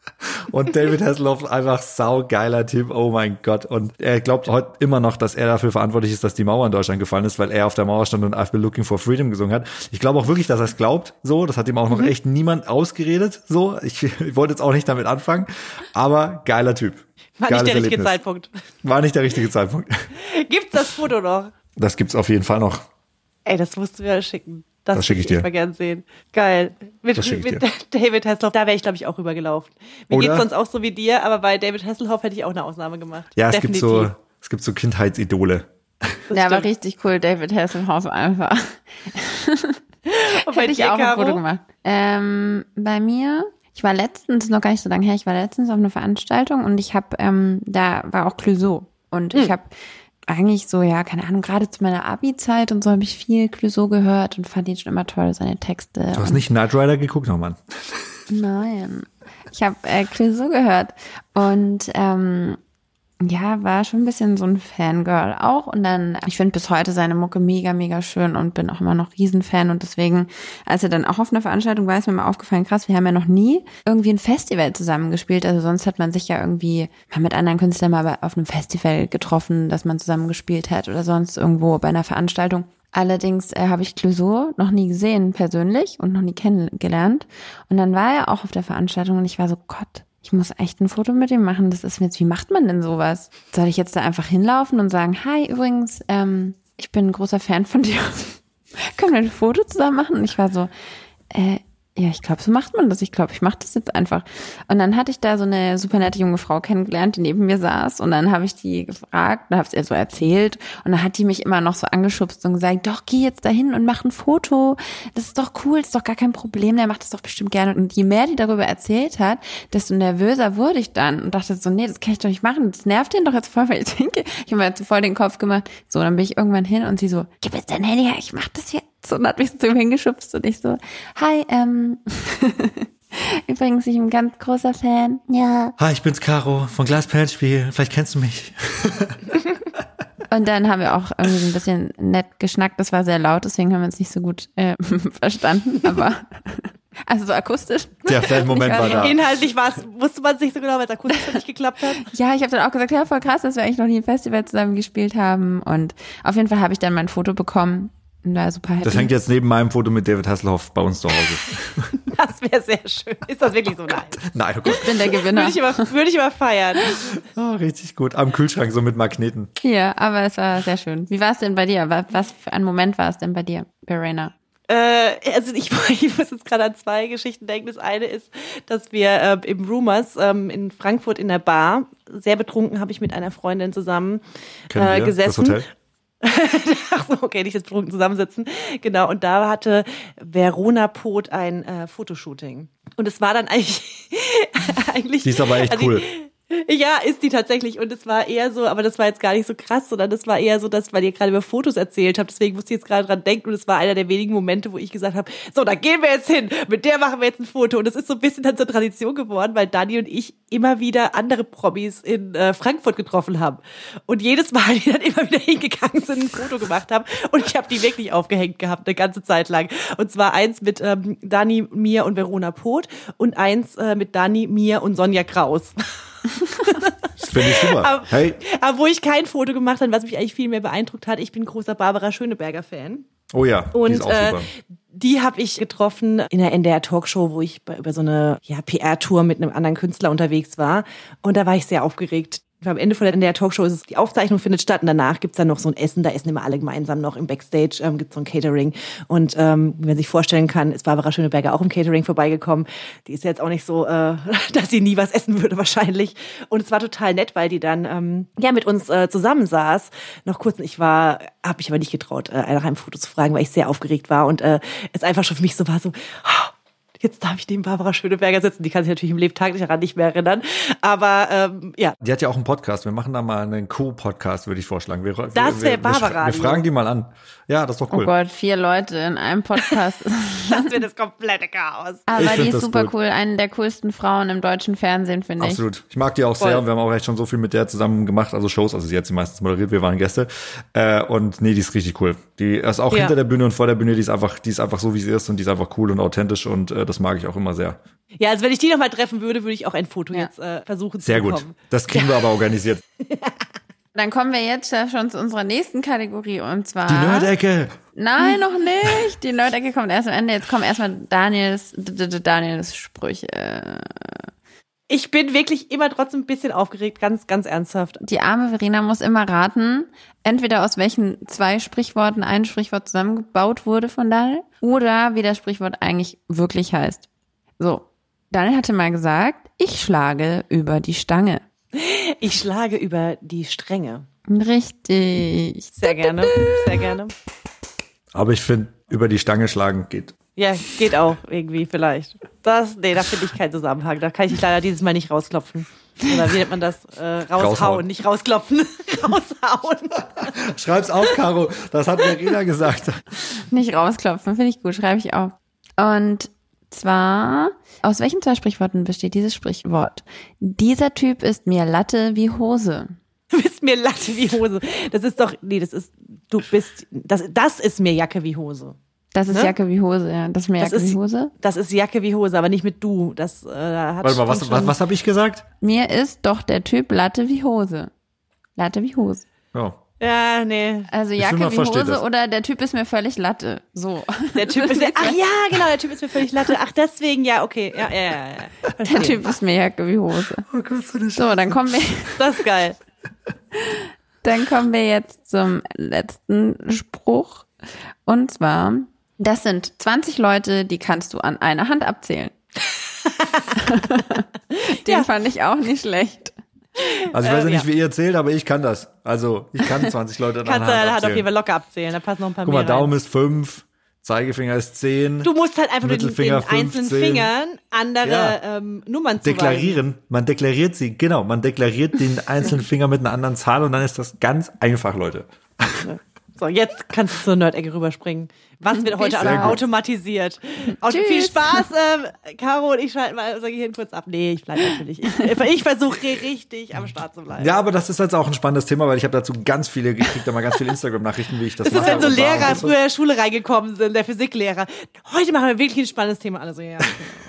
Speaker 1: Und David Hasselhoff, einfach saugeiler Typ, oh mein Gott. Und er glaubt heute immer noch, dass er dafür verantwortlich ist, dass die Mauer in Deutschland gefallen ist, weil er auf der Mauer stand und I've been looking for freedom gesungen hat. Ich glaube auch wirklich, dass er es glaubt, so. Das hat ihm auch noch mhm. echt niemand ausgeredet, so. Ich, ich wollte jetzt auch nicht damit anfangen, aber geiler Typ.
Speaker 3: War
Speaker 1: Geiles
Speaker 3: nicht der richtige
Speaker 1: Erlebnis.
Speaker 3: Zeitpunkt.
Speaker 1: War nicht der richtige Zeitpunkt.
Speaker 3: Gibt's das Foto noch?
Speaker 1: Das gibt's auf jeden Fall noch.
Speaker 3: Ey, das musst du mir schicken. Das,
Speaker 1: das schicke ich dir.
Speaker 3: Ich mal gern sehen. Geil. Mit,
Speaker 1: das ich
Speaker 3: mit
Speaker 1: dir.
Speaker 3: David Hasselhoff, da wäre ich, glaube ich, auch rübergelaufen. Mir
Speaker 1: Oder?
Speaker 3: geht's sonst auch so wie dir, aber bei David Hasselhoff hätte ich auch eine Ausnahme gemacht.
Speaker 1: Ja, es
Speaker 3: Definitiv.
Speaker 1: gibt so, es gibt so Kindheitsidole.
Speaker 3: Das
Speaker 2: ja, aber
Speaker 3: stimmt.
Speaker 2: richtig cool, David Hasselhoff einfach.
Speaker 3: Und bei
Speaker 2: Hätte ich
Speaker 3: dir,
Speaker 2: auch ein
Speaker 3: Caro?
Speaker 2: Foto gemacht. Ähm, bei mir, ich war letztens, noch gar nicht so lange her, ich war letztens auf einer Veranstaltung und ich habe, ähm, da war auch Clouseau. Und
Speaker 3: Hm.
Speaker 2: ich habe eigentlich so, ja, keine Ahnung, gerade zu meiner Abi-Zeit und so habe ich viel Clouseau gehört und fand ihn schon immer toll, seine Texte.
Speaker 1: Du hast
Speaker 2: und
Speaker 1: nicht Knight Rider geguckt, noch Mann.
Speaker 2: Nein. Ich habe äh, Clouseau gehört und ähm, ja, war schon ein bisschen so ein Fangirl auch. Und dann, ich finde bis heute seine Mucke mega, mega schön und bin auch immer noch Riesenfan. Und deswegen, als er dann auch auf einer Veranstaltung war, ist mir mal aufgefallen, krass, wir haben ja noch nie irgendwie ein Festival zusammengespielt. Also sonst hat man sich ja irgendwie mal mit anderen Künstlern mal auf einem Festival getroffen, dass man zusammen gespielt hat oder sonst irgendwo bei einer Veranstaltung. Allerdings äh, habe ich Clouseau noch nie gesehen persönlich und noch nie kennengelernt. Und dann war er auch auf der Veranstaltung und ich war so, Gott, ich muss echt ein Foto mit ihm machen. Das ist jetzt, wie macht man denn sowas? Soll ich jetzt da einfach hinlaufen und sagen, hi, übrigens, ähm, ich bin ein großer Fan von dir. Können wir ein Foto zusammen machen? Und ich war so, äh, ja, ich glaube, so macht man das. Ich glaube, ich mache das jetzt einfach. Und dann hatte ich da so eine super nette junge Frau kennengelernt, die neben mir saß. Und dann habe ich die gefragt, da habe ich es ihr so erzählt. Und dann hat die mich immer noch so angeschubst und gesagt, doch, geh jetzt dahin und mach ein Foto. Das ist doch cool, das ist doch gar kein Problem. Der macht das doch bestimmt gerne. Und je mehr die darüber erzählt hat, desto nervöser wurde ich dann. Und dachte so, nee, das kann ich doch nicht machen. Das nervt den doch jetzt voll, weil ich denke, ich habe mir jetzt voll den Kopf gemacht. So, dann bin ich irgendwann hin und sie so, gib jetzt dein Handy her, ich mach das jetzt. Und hat mich so zu ihm hingeschubst und ich so, hi, ähm, übrigens, ich bin ein ganz großer Fan. Ja.
Speaker 1: Hi, ich bin's Caro von Glasperlenspiel. Vielleicht kennst du mich.
Speaker 2: Und dann haben wir auch irgendwie so ein bisschen nett geschnackt. Das war sehr laut, deswegen haben wir uns nicht so gut äh, verstanden, aber also so akustisch.
Speaker 1: Der Fan-Moment war da.
Speaker 3: Inhaltlich war es, wusste man es nicht so genau, weil es akustisch nicht geklappt hat.
Speaker 2: Ja, ich habe dann auch gesagt, ja, voll krass, dass wir eigentlich noch nie ein Festival zusammen gespielt haben. Und auf jeden Fall habe ich dann mein Foto bekommen. Und war super happy.
Speaker 1: Das hängt jetzt neben meinem Foto mit David Hasselhoff bei uns zu Hause.
Speaker 3: Das wäre sehr schön. Ist das wirklich so nice?
Speaker 1: Nein, oh Gott.
Speaker 2: Ich bin der Gewinner.
Speaker 3: Würde ich immer, würde ich immer feiern.
Speaker 1: Oh, richtig gut. Am Kühlschrank so mit Magneten.
Speaker 2: Ja, aber es war sehr schön. Wie war es denn bei dir? Was, was für ein Moment war es denn bei dir, Verena?
Speaker 3: Äh, also ich, ich muss jetzt gerade an zwei Geschichten denken. Das eine ist, dass wir äh, im Rumors ähm, in Frankfurt in der Bar, sehr betrunken, habe ich mit einer Freundin zusammen
Speaker 1: Kennen
Speaker 3: äh,
Speaker 1: wir
Speaker 3: gesessen.
Speaker 1: das Hotel?
Speaker 3: Ach so, okay, nicht das betrunken zusammensitzen. Genau, und da hatte Verona Poth ein äh, Fotoshooting. Und es war dann eigentlich... eigentlich
Speaker 1: Die ist aber echt
Speaker 3: also
Speaker 1: cool.
Speaker 3: Ich, ja, ist die tatsächlich. Und es war eher so, aber das war jetzt gar nicht so krass, sondern das war eher so, dass, weil ihr gerade über Fotos erzählt habt, deswegen musste ich jetzt gerade dran denken. Und es war einer der wenigen Momente, wo ich gesagt habe, so, da gehen wir jetzt hin, mit der machen wir jetzt ein Foto. Und es ist so ein bisschen dann zur Tradition geworden, weil Dani und ich immer wieder andere Promis in äh, Frankfurt getroffen haben. Und jedes Mal, die dann immer wieder hingegangen sind, ein Foto gemacht haben. Und ich habe die wirklich aufgehängt gehabt, eine ganze Zeit lang. Und zwar eins mit ähm, Dani, mir und Verona Poth und eins äh, mit Dani, mir und Sonja Kraus.
Speaker 1: Das finde ich super.
Speaker 3: Aber,
Speaker 1: Hey.
Speaker 3: aber wo ich kein Foto gemacht habe, was mich eigentlich viel mehr beeindruckt hat, ich bin großer Barbara Schöneberger-Fan.
Speaker 1: Oh ja,
Speaker 3: Und
Speaker 1: die ist auch
Speaker 3: äh,
Speaker 1: super.
Speaker 3: die habe ich getroffen in der N D R-Talkshow, wo ich bei, über so eine ja, P R-Tour mit einem anderen Künstler unterwegs war. Und da war ich sehr aufgeregt. Am Ende von der N D R-Talkshow ist es, die Aufzeichnung findet statt und danach gibt's dann noch so ein Essen, da essen immer alle gemeinsam noch im Backstage, ähm, gibt's so ein Catering und ähm, wie man sich vorstellen kann, ist Barbara Schöneberger auch im Catering vorbeigekommen. Die ist jetzt auch nicht so, äh, dass sie nie was essen würde wahrscheinlich und es war total nett, weil die dann ähm, ja mit uns äh, zusammensaß. Noch kurz, ich war, habe mich aber nicht getraut, äh, nach einem Foto zu fragen, weil ich sehr aufgeregt war und äh, es einfach schon für mich so war so, oh, jetzt darf ich neben Barbara Schöneberger sitzen. Die kann sich natürlich im Leben tagtäglich daran nicht mehr erinnern. Aber ähm, ja.
Speaker 1: Die hat ja auch einen Podcast. Wir machen da mal einen Co-Podcast, würde ich vorschlagen. Wir,
Speaker 3: Das wäre
Speaker 1: wir,
Speaker 3: Barbara.
Speaker 1: Wir, wir fragen die mal an. Ja, das ist doch cool.
Speaker 2: Oh Gott, vier Leute in einem Podcast.
Speaker 3: Das wird das komplette Chaos.
Speaker 2: Aber
Speaker 1: Ich
Speaker 2: die
Speaker 1: find
Speaker 2: ist
Speaker 1: das
Speaker 2: super
Speaker 1: gut.
Speaker 2: cool. Eine der coolsten Frauen im deutschen Fernsehen, finde ich.
Speaker 1: Absolut. Ich mag die auch
Speaker 3: Voll.
Speaker 1: sehr und wir haben auch echt schon so viel mit der zusammen gemacht, also Shows, also sie hat sie meistens moderiert, wir waren Gäste. Äh, und nee, die ist richtig cool. Die ist auch
Speaker 3: Ja.
Speaker 1: hinter der Bühne und vor der Bühne, die ist einfach, die ist einfach so, wie sie ist und die ist einfach cool und authentisch und äh, das mag ich auch immer sehr.
Speaker 3: Ja, also wenn ich die nochmal treffen würde, würde ich auch ein Foto
Speaker 2: Ja.
Speaker 3: jetzt äh, versuchen
Speaker 1: Sehr
Speaker 3: zu
Speaker 1: gut.
Speaker 3: bekommen.
Speaker 1: Das kriegen wir aber organisiert.
Speaker 2: Dann kommen wir jetzt ja schon zu unserer nächsten Kategorie und zwar...
Speaker 1: Die Nerdecke.
Speaker 2: Nein, noch nicht. Die Nerdecke kommt erst am Ende. Jetzt kommen erstmal Daniels, D- D- Daniels Sprüche.
Speaker 3: Ich bin wirklich immer trotzdem ein bisschen aufgeregt, ganz, ganz ernsthaft.
Speaker 2: Die arme Verena muss immer raten, entweder aus welchen zwei Sprichworten ein Sprichwort zusammengebaut wurde von Daniel oder wie das Sprichwort eigentlich wirklich heißt. So, Daniel hatte mal gesagt, ich schlage über die Stange.
Speaker 3: Ich schlage über die Stränge.
Speaker 2: Richtig.
Speaker 3: Sehr gerne, sehr gerne.
Speaker 1: Aber ich finde, über die Stange schlagen geht.
Speaker 3: Ja, geht auch irgendwie vielleicht. Das, nee, da finde ich keinen Zusammenhang. Da kann ich dich leider dieses Mal nicht rausklopfen. Oder wie nennt man das? Äh, raushauen,
Speaker 1: Raushauen.
Speaker 3: nicht rausklopfen. Raushauen.
Speaker 1: Schreib's auf, Caro. Das hat Verena gesagt.
Speaker 2: Nicht rausklopfen, finde ich gut, schreibe ich auf. Und zwar, aus welchen zwei Sprichworten besteht dieses Sprichwort? Dieser Typ ist mir Latte wie Hose.
Speaker 3: Du bist mir Latte wie Hose. Das ist doch, nee, das ist, du bist, das, das ist mir Jacke wie Hose.
Speaker 2: Das ist
Speaker 3: Ne?
Speaker 2: Jacke wie Hose, ja. Das ist mir
Speaker 3: Das
Speaker 2: Jacke
Speaker 3: ist-
Speaker 2: wie Hose.
Speaker 3: Das ist Jacke wie Hose, aber nicht mit du. Das äh, hat
Speaker 1: Warte mal, was,
Speaker 3: schon-
Speaker 1: was, was habe ich gesagt?
Speaker 2: Mir ist doch der Typ Latte wie Hose. Latte wie Hose.
Speaker 1: Ja.
Speaker 3: Ja, nee.
Speaker 2: Also
Speaker 1: Ich
Speaker 2: Jacke
Speaker 1: will mal
Speaker 2: wie
Speaker 1: verstehen
Speaker 2: Hose
Speaker 1: das.
Speaker 2: oder der Typ ist mir völlig Latte. So.
Speaker 3: Der Typ ist mir, ach ja, genau, der Typ ist mir völlig Latte. Ach, deswegen, ja, okay. Ja, ja, ja, ja.
Speaker 2: Der
Speaker 3: Verstehe.
Speaker 2: Typ ist mir Jacke wie Hose.
Speaker 1: Oh Gott, so eine
Speaker 2: So, dann kommen wir,
Speaker 3: Das ist geil.
Speaker 2: dann kommen wir jetzt zum letzten Spruch. Und zwar, das sind zwanzig Leute, die kannst du an einer Hand abzählen. Den
Speaker 3: Ja.
Speaker 2: fand ich auch nicht schlecht.
Speaker 1: Also ich weiß ja
Speaker 3: Äh,
Speaker 1: nicht,
Speaker 3: ja.
Speaker 1: wie ihr zählt, aber ich kann das. Also ich kann zwanzig Leute an
Speaker 3: Kannst
Speaker 1: einer
Speaker 3: du
Speaker 1: Hand
Speaker 3: halt auf
Speaker 1: abzählen.
Speaker 3: jeden Fall locker abzählen. Da passen noch ein paar
Speaker 1: Guck mal,
Speaker 3: mehr rein.
Speaker 1: Daumen ist fünf, Zeigefinger ist zehn.
Speaker 3: Du musst halt einfach nur den, den
Speaker 1: Mittelfinger
Speaker 3: einzelnen
Speaker 1: fünfzehn.
Speaker 3: Fingern andere
Speaker 1: Ja.
Speaker 3: ähm, Nummern zuweisen.
Speaker 1: Deklarieren, man deklariert sie, genau, man deklariert den einzelnen Finger mit einer anderen Zahl und dann ist das ganz einfach, Leute.
Speaker 3: So, jetzt kannst du zur Nerd-Ecke rüberspringen. Was wird heute
Speaker 2: Sehr
Speaker 3: alles
Speaker 2: gut.
Speaker 3: automatisiert? Auto,
Speaker 2: Tschüss.
Speaker 3: viel Spaß, ähm, Caro und ich schalten mal unser Gehirn kurz ab. Nee, ich bleib natürlich. Ich, ich versuche richtig am Start zu bleiben.
Speaker 1: Ja, aber das ist jetzt auch ein spannendes Thema, weil ich habe dazu ganz viele, ich krieg da mal ganz viele Instagram-Nachrichten, wie ich das
Speaker 3: Das ist,
Speaker 1: mache.
Speaker 3: wenn so
Speaker 1: und warum
Speaker 3: Lehrer
Speaker 1: ist das-
Speaker 3: früher in der Schule reingekommen sind, der Physiklehrer. Heute machen wir wirklich ein spannendes Thema. Alle so, ja.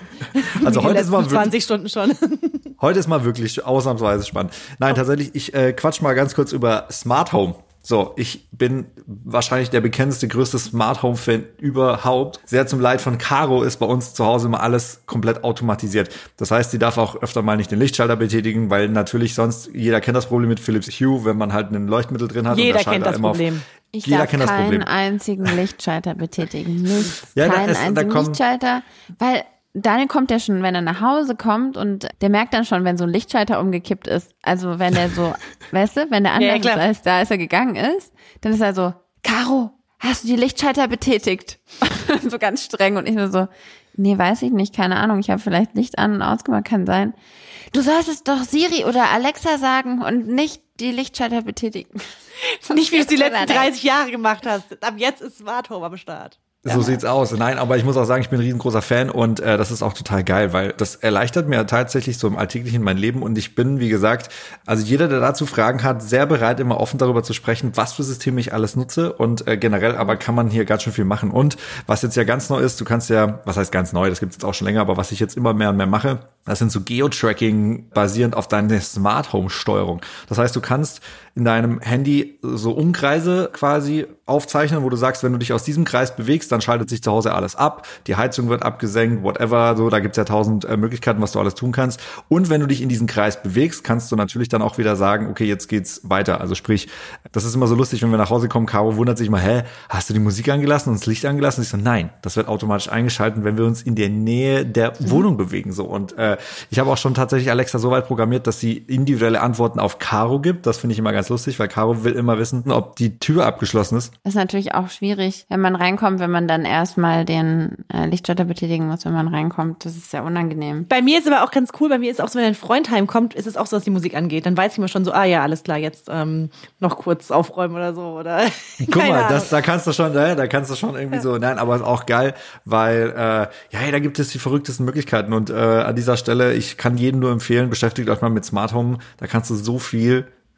Speaker 1: Also
Speaker 3: Die
Speaker 1: heute ist, mal
Speaker 3: letzten
Speaker 1: wirklich,
Speaker 3: zwanzig Stunden schon.
Speaker 1: heute ist mal wirklich ausnahmsweise spannend. Nein, tatsächlich, ich äh, quatsch mal ganz kurz über Smart Home. So, ich bin wahrscheinlich der bekannteste, größte Smart Home Fan überhaupt. Sehr zum Leid von Caro ist bei uns zu Hause immer alles komplett automatisiert. Das heißt, sie darf auch öfter mal nicht den Lichtschalter betätigen, weil natürlich sonst, jeder kennt das Problem mit Philips Hue, wenn man halt ein Leuchtmittel drin hat.
Speaker 3: Jeder
Speaker 1: und der
Speaker 3: kennt
Speaker 1: Schalter
Speaker 3: das
Speaker 1: immer auf-
Speaker 3: Problem.
Speaker 2: Ich
Speaker 1: Jeder
Speaker 2: darf
Speaker 1: kennt das
Speaker 2: keinen
Speaker 1: Problem.
Speaker 2: einzigen Lichtschalter betätigen. Nichts.
Speaker 1: Ja, da
Speaker 2: keinen
Speaker 1: ist- da
Speaker 2: einzigen
Speaker 1: kommen-
Speaker 2: Lichtschalter. Weil Daniel kommt ja schon, wenn er nach Hause kommt und der merkt dann schon, wenn so ein Lichtschalter umgekippt ist. Also wenn der so, weißt du, wenn der andere
Speaker 3: Ja, klar.
Speaker 2: ist, als da, als er gegangen ist, dann ist er so, Caro, hast du die Lichtschalter betätigt? So ganz streng und ich nur so, nee, weiß ich nicht, keine Ahnung, ich habe vielleicht Licht an und ausgemacht, kann sein. Du solltest doch Siri oder Alexa sagen und nicht die Lichtschalter betätigen.
Speaker 3: Nicht, wie du es die
Speaker 2: Jetzt
Speaker 3: letzten
Speaker 2: wird er
Speaker 3: dreißig Jahre gemacht hast. Ab jetzt ist Smart Home am Start.
Speaker 1: So sieht's aus. Nein, aber ich muss auch sagen, ich bin ein riesengroßer Fan und äh, das ist auch total geil, weil das erleichtert mir tatsächlich so im Alltäglichen mein Leben und ich bin, wie gesagt, also jeder, der dazu Fragen hat, sehr bereit, immer offen darüber zu sprechen, was für Systeme ich alles nutze und äh, generell aber kann man hier ganz schön viel machen und was jetzt ja ganz neu ist, du kannst ja, was heißt ganz neu, das gibt's jetzt auch schon länger, aber was ich jetzt immer mehr und mehr mache, das sind so Geo-Tracking basierend auf deine Smart Home Steuerung. Das heißt, du kannst in deinem Handy so Umkreise quasi aufzeichnen, wo du sagst, wenn du dich aus diesem Kreis bewegst, dann schaltet sich zu Hause alles ab, die Heizung wird abgesenkt, whatever, so, da gibt's ja tausend äh, Möglichkeiten, was du alles tun kannst. Und wenn du dich in diesen Kreis bewegst, kannst du natürlich dann auch wieder sagen, okay, jetzt geht's weiter. Also sprich, das ist immer so lustig, wenn wir nach Hause kommen, Caro wundert sich mal, hä, hast du die Musik angelassen und das Licht angelassen? Und ich so, nein, das wird automatisch eingeschaltet, wenn wir uns in der Nähe der Wohnung bewegen, so. Und äh, ich habe auch schon tatsächlich Alexa so weit programmiert, dass sie individuelle Antworten auf Caro gibt. Das finde ich immer ganz lustig, weil Caro will immer wissen, ob die Tür abgeschlossen ist.
Speaker 2: Das ist natürlich auch schwierig, wenn man reinkommt, wenn man dann erstmal den äh, Lichtschalter betätigen muss, wenn man reinkommt. Das ist sehr unangenehm.
Speaker 3: Bei mir ist aber auch ganz cool, bei mir ist auch so, wenn ein Freund heimkommt, ist es auch so, was die Musik angeht. Dann weiß ich immer schon so, ah ja, alles klar, jetzt ähm, noch kurz aufräumen oder so. Oder
Speaker 1: Guck
Speaker 3: keine
Speaker 1: mal,
Speaker 3: Ahnung.
Speaker 1: das, da kannst du schon, ja, da kannst du schon irgendwie so, nein, aber ist auch geil, weil äh, ja, hey, da gibt es die verrücktesten Möglichkeiten und äh, an dieser Stelle, ich kann jedem nur empfehlen, beschäftigt euch mal mit Smart Home, da kannst du so viel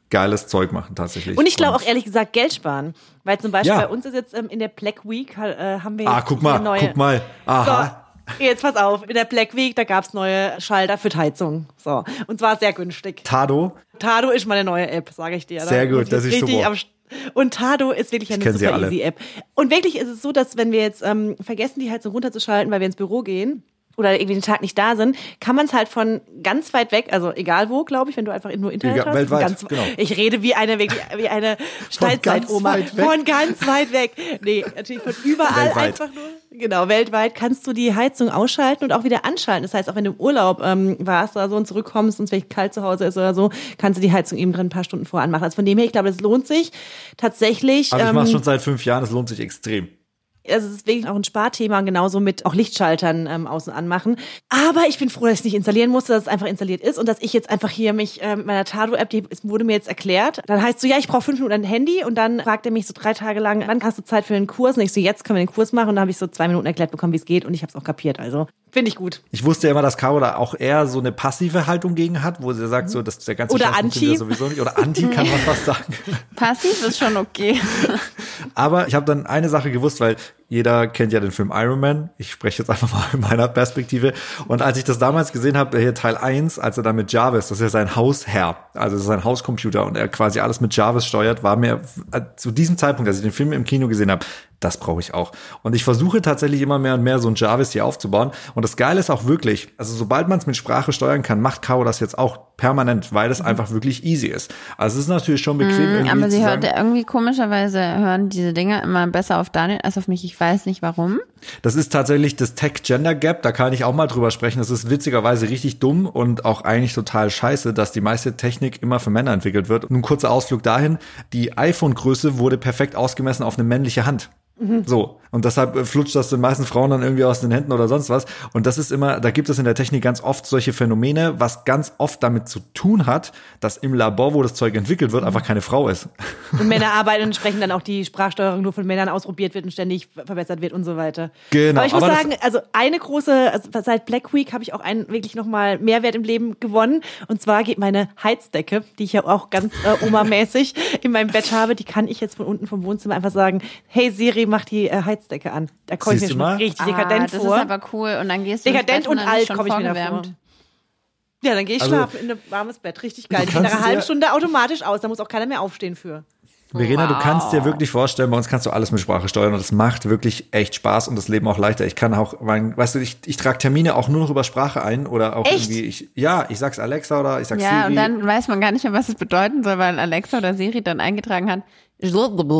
Speaker 1: geiles Zeug machen tatsächlich.
Speaker 3: Und ich glaube auch ehrlich gesagt Geld sparen. Weil zum Beispiel
Speaker 1: Ja.
Speaker 3: bei uns ist jetzt ähm, in der Black Week äh, haben wir jetzt
Speaker 1: Ah, guck mal,
Speaker 3: eine neue...
Speaker 1: guck mal. Aha.
Speaker 3: So, jetzt pass auf, in der Black Week, da gab's neue Schalter für die Heizung. So. Und zwar sehr günstig.
Speaker 1: Tado.
Speaker 3: Tado ist meine neue App, sage ich dir.
Speaker 1: Sehr
Speaker 3: Da
Speaker 1: gut,
Speaker 3: muss ich
Speaker 1: das ist
Speaker 3: richtig
Speaker 1: super.
Speaker 3: am St- Und Tado ist wirklich eine
Speaker 1: kenn sie
Speaker 3: super
Speaker 1: alle.
Speaker 3: easy App. Und wirklich ist es so, dass wenn wir jetzt ähm, vergessen, die Heizung runterzuschalten, weil wir ins Büro gehen oder irgendwie den Tag nicht da sind, kann man es halt von ganz weit weg, also egal wo, glaube ich, wenn du einfach nur Internet
Speaker 1: Egal,
Speaker 3: hast.
Speaker 1: weltweit,
Speaker 3: ganz,
Speaker 1: genau.
Speaker 3: Ich rede wie eine, wirklich, wie eine Steinzeitoma.
Speaker 1: ganz weit weg.
Speaker 3: Von ganz weit weg. Nee, natürlich von überall
Speaker 1: Weltweit.
Speaker 3: einfach nur. Genau, weltweit kannst du die Heizung ausschalten und auch wieder anschalten. Das heißt, auch wenn du im Urlaub ähm, warst oder so und zurückkommst und es vielleicht kalt zu Hause ist oder so, kannst du die Heizung eben drin ein paar Stunden vorher anmachen. Also von dem her, ich glaube, das lohnt sich tatsächlich.
Speaker 1: Also ich
Speaker 3: ähm,
Speaker 1: mache schon seit fünf Jahren, das lohnt sich extrem.
Speaker 3: Also es ist wirklich auch ein Sparthema und genauso mit auch Lichtschaltern ähm, außen anmachen. Aber ich bin froh, dass ich es nicht installieren musste, dass es einfach installiert ist und dass ich jetzt einfach hier mich äh, mit meiner Tado-App, die es wurde mir jetzt erklärt, dann heißt so, ja, ich brauche fünf Minuten ein Handy und dann fragt er mich so drei Tage lang, wann hast du Zeit für den Kurs? Und ich so, jetzt können wir den Kurs machen und dann habe ich so zwei Minuten erklärt bekommen, wie es geht und ich habe es auch kapiert. Also finde ich gut.
Speaker 1: Ich wusste ja immer, dass Caro da auch eher so eine passive Haltung gegen hat, wo sie sagt, so, dass der ganze
Speaker 3: Oder
Speaker 1: Scheiß
Speaker 3: Anti.
Speaker 1: funktioniert sowieso nicht. Oder Anti kann man fast sagen.
Speaker 2: Passiv ist schon okay.
Speaker 1: Aber ich habe dann eine Sache gewusst, weil jeder kennt ja den Film Iron Man. Ich spreche jetzt einfach mal in meiner Perspektive. Und als ich das damals gesehen habe, hier Teil eins, als er da mit Jarvis, das ist ja sein Hausherr, also das ist sein Hauscomputer und er quasi alles mit Jarvis steuert, war mir äh, zu diesem Zeitpunkt, als ich den Film im Kino gesehen habe, das brauche ich auch. Und ich versuche tatsächlich immer mehr und mehr so ein Jarvis hier aufzubauen. Und das Geile ist auch wirklich, also sobald man es mit Sprache steuern kann, macht Caro das jetzt auch permanent, weil es einfach wirklich easy ist. Also es ist natürlich schon bequem irgendwie
Speaker 2: Aber
Speaker 1: zu
Speaker 2: sie
Speaker 1: sagen,
Speaker 2: hört irgendwie komischerweise, hören diese Dinger immer besser auf Daniel als auf mich. Ich weiß nicht warum.
Speaker 1: das ist tatsächlich das Tech-Gender-Gap, da kann ich auch mal drüber sprechen. Das ist witzigerweise richtig dumm und auch eigentlich total scheiße, dass die meiste Technik immer für Männer entwickelt wird. Und ein kurzer Ausflug dahin, die iPhone-Größe wurde perfekt ausgemessen auf eine männliche Hand. So. Und deshalb flutscht das den meisten Frauen dann irgendwie aus den Händen oder sonst was. Und das ist immer, da gibt es in der Technik ganz oft solche Phänomene, was ganz oft damit zu tun hat, dass im Labor, wo das Zeug entwickelt wird, einfach keine Frau ist.
Speaker 3: Und Männer arbeiten und entsprechend dann auch die Sprachsteuerung nur von Männern ausprobiert wird und ständig verbessert wird und so weiter.
Speaker 1: Genau.
Speaker 3: Aber ich muss
Speaker 1: aber
Speaker 3: sagen, also eine große, also seit Black Week habe ich auch einen wirklich nochmal Mehrwert im Leben gewonnen. Und zwar geht meine Heizdecke, die ich ja auch ganz äh, Oma-mäßig in meinem Bett habe, die kann ich jetzt von unten vom Wohnzimmer einfach sagen, hey Siri, mach die äh, Heizdecke an. Da komme ich mir
Speaker 1: Siehst du
Speaker 3: schon
Speaker 1: mal?
Speaker 3: richtig dekadent
Speaker 2: ah, das
Speaker 3: vor.
Speaker 2: ist aber cool. Und dann gehst du ins
Speaker 3: Dekadent
Speaker 2: Bett
Speaker 3: und
Speaker 2: dann
Speaker 3: alt
Speaker 2: ist schon
Speaker 3: komme ich mir da vor.
Speaker 2: vorgewärmt.
Speaker 3: Ja, dann gehe ich
Speaker 1: Also-
Speaker 3: schlafen in ein warmes Bett. Richtig geil.
Speaker 1: Du
Speaker 3: Die geht nach
Speaker 1: kannst
Speaker 3: einer halben
Speaker 1: dir-
Speaker 3: Stunde automatisch aus. Da muss auch keiner mehr aufstehen für.
Speaker 1: Verena, du
Speaker 2: Wow.
Speaker 1: kannst dir wirklich vorstellen, bei uns kannst du alles mit Sprache steuern und es macht wirklich echt Spaß und das Leben auch leichter. Ich kann auch, mein, weißt du, ich, ich trage Termine auch nur noch über Sprache ein oder auch
Speaker 3: Echt?
Speaker 1: irgendwie, ich, ja, ich sag's Alexa oder ich sag's
Speaker 2: Ja,
Speaker 1: Siri.
Speaker 2: und dann weiß man gar nicht mehr, was es bedeuten soll, weil Alexa oder Siri dann eingetragen hat.
Speaker 1: Wir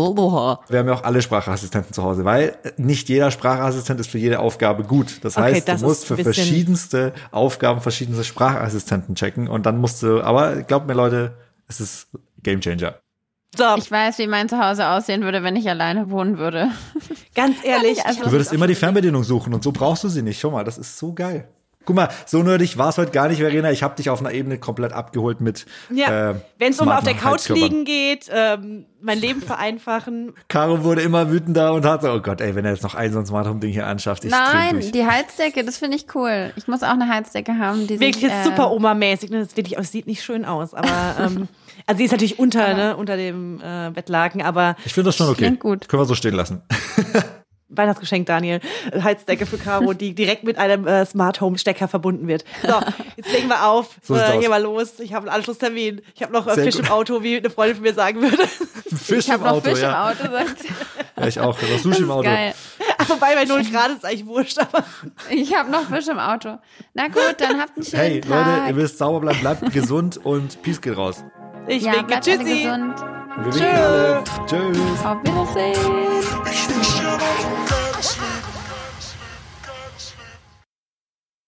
Speaker 1: haben ja auch alle Sprachassistenten zu Hause, weil nicht jeder Sprachassistent ist für jede Aufgabe gut. Das
Speaker 3: Okay,
Speaker 1: heißt,
Speaker 3: das
Speaker 1: du musst
Speaker 3: ist
Speaker 1: für
Speaker 3: ein bisschen-
Speaker 1: verschiedenste Aufgaben verschiedenste Sprachassistenten checken und dann musst du, aber glaubt mir Leute, es ist Gamechanger.
Speaker 3: So,
Speaker 2: Ich weiß, wie mein Zuhause aussehen würde, wenn ich alleine wohnen würde.
Speaker 3: ganz ehrlich.
Speaker 2: Also-
Speaker 1: Du würdest immer die Fernbedienung suchen und so brauchst du sie nicht. Schau mal, das ist so geil. Guck mal, so nerdig war es heute gar nicht, Verena. Ich habe dich auf einer Ebene komplett abgeholt mit
Speaker 3: Ja,
Speaker 1: äh,
Speaker 3: wenn es um auf der
Speaker 1: smarten
Speaker 3: Couch
Speaker 1: Heizkörpern.
Speaker 3: liegen geht, ähm, mein Leben vereinfachen.
Speaker 1: Caro wurde immer wütender und hat so, oh Gott, ey, wenn er jetzt noch ein so ein Smart Home Ding hier anschafft, ich dreh
Speaker 2: Nein,
Speaker 1: durch.
Speaker 2: die Heizdecke, das finde ich cool. Ich muss auch eine Heizdecke haben, die
Speaker 3: Wirklich
Speaker 2: sich,
Speaker 3: ist
Speaker 2: äh,
Speaker 3: super Oma-mäßig. Ne? Das wirklich, es sieht nicht schön aus, aber ähm, also sie ist natürlich unter, ne, unter dem äh, Bettlaken, aber
Speaker 1: Ich finde das schon okay.
Speaker 2: Klingt gut.
Speaker 1: Können wir so stehen lassen.
Speaker 3: Weihnachtsgeschenk, Daniel. Heizdecke für Caro, die direkt mit einem äh, Smart Home Stecker verbunden wird. So, jetzt legen wir auf.
Speaker 1: So sieht's
Speaker 3: äh,
Speaker 1: aus.
Speaker 3: hier mal los. Ich habe einen Anschlusstermin. Ich habe noch äh,
Speaker 1: Sehr
Speaker 3: Fisch
Speaker 1: gut.
Speaker 3: im Auto, wie eine Freundin von mir sagen würde.
Speaker 1: Fisch
Speaker 2: ich habe
Speaker 1: im
Speaker 2: noch
Speaker 1: Auto,
Speaker 2: Fisch
Speaker 1: ja.
Speaker 2: im Auto, sagt sie.
Speaker 1: Ja, ich auch. Noch
Speaker 2: Das
Speaker 1: Sushi
Speaker 2: ist
Speaker 1: im Auto.
Speaker 2: geil.
Speaker 3: Wobei bei null Grad ist eigentlich wurscht, aber
Speaker 2: Ich habe noch Fisch im Auto. Na gut, dann habt einen schönen
Speaker 1: Hey,
Speaker 2: Tag.
Speaker 1: Leute, ihr wisst, sauber bleiben, bleibt gesund und Peace geht raus.
Speaker 3: ich
Speaker 2: ja,
Speaker 3: winke.
Speaker 2: bleibt alle
Speaker 3: Tschüssi.
Speaker 2: gesund.
Speaker 1: Wir winken alle. Tschüss.
Speaker 2: Auf Wiedersehen.
Speaker 4: Ich wünsch dir noch einen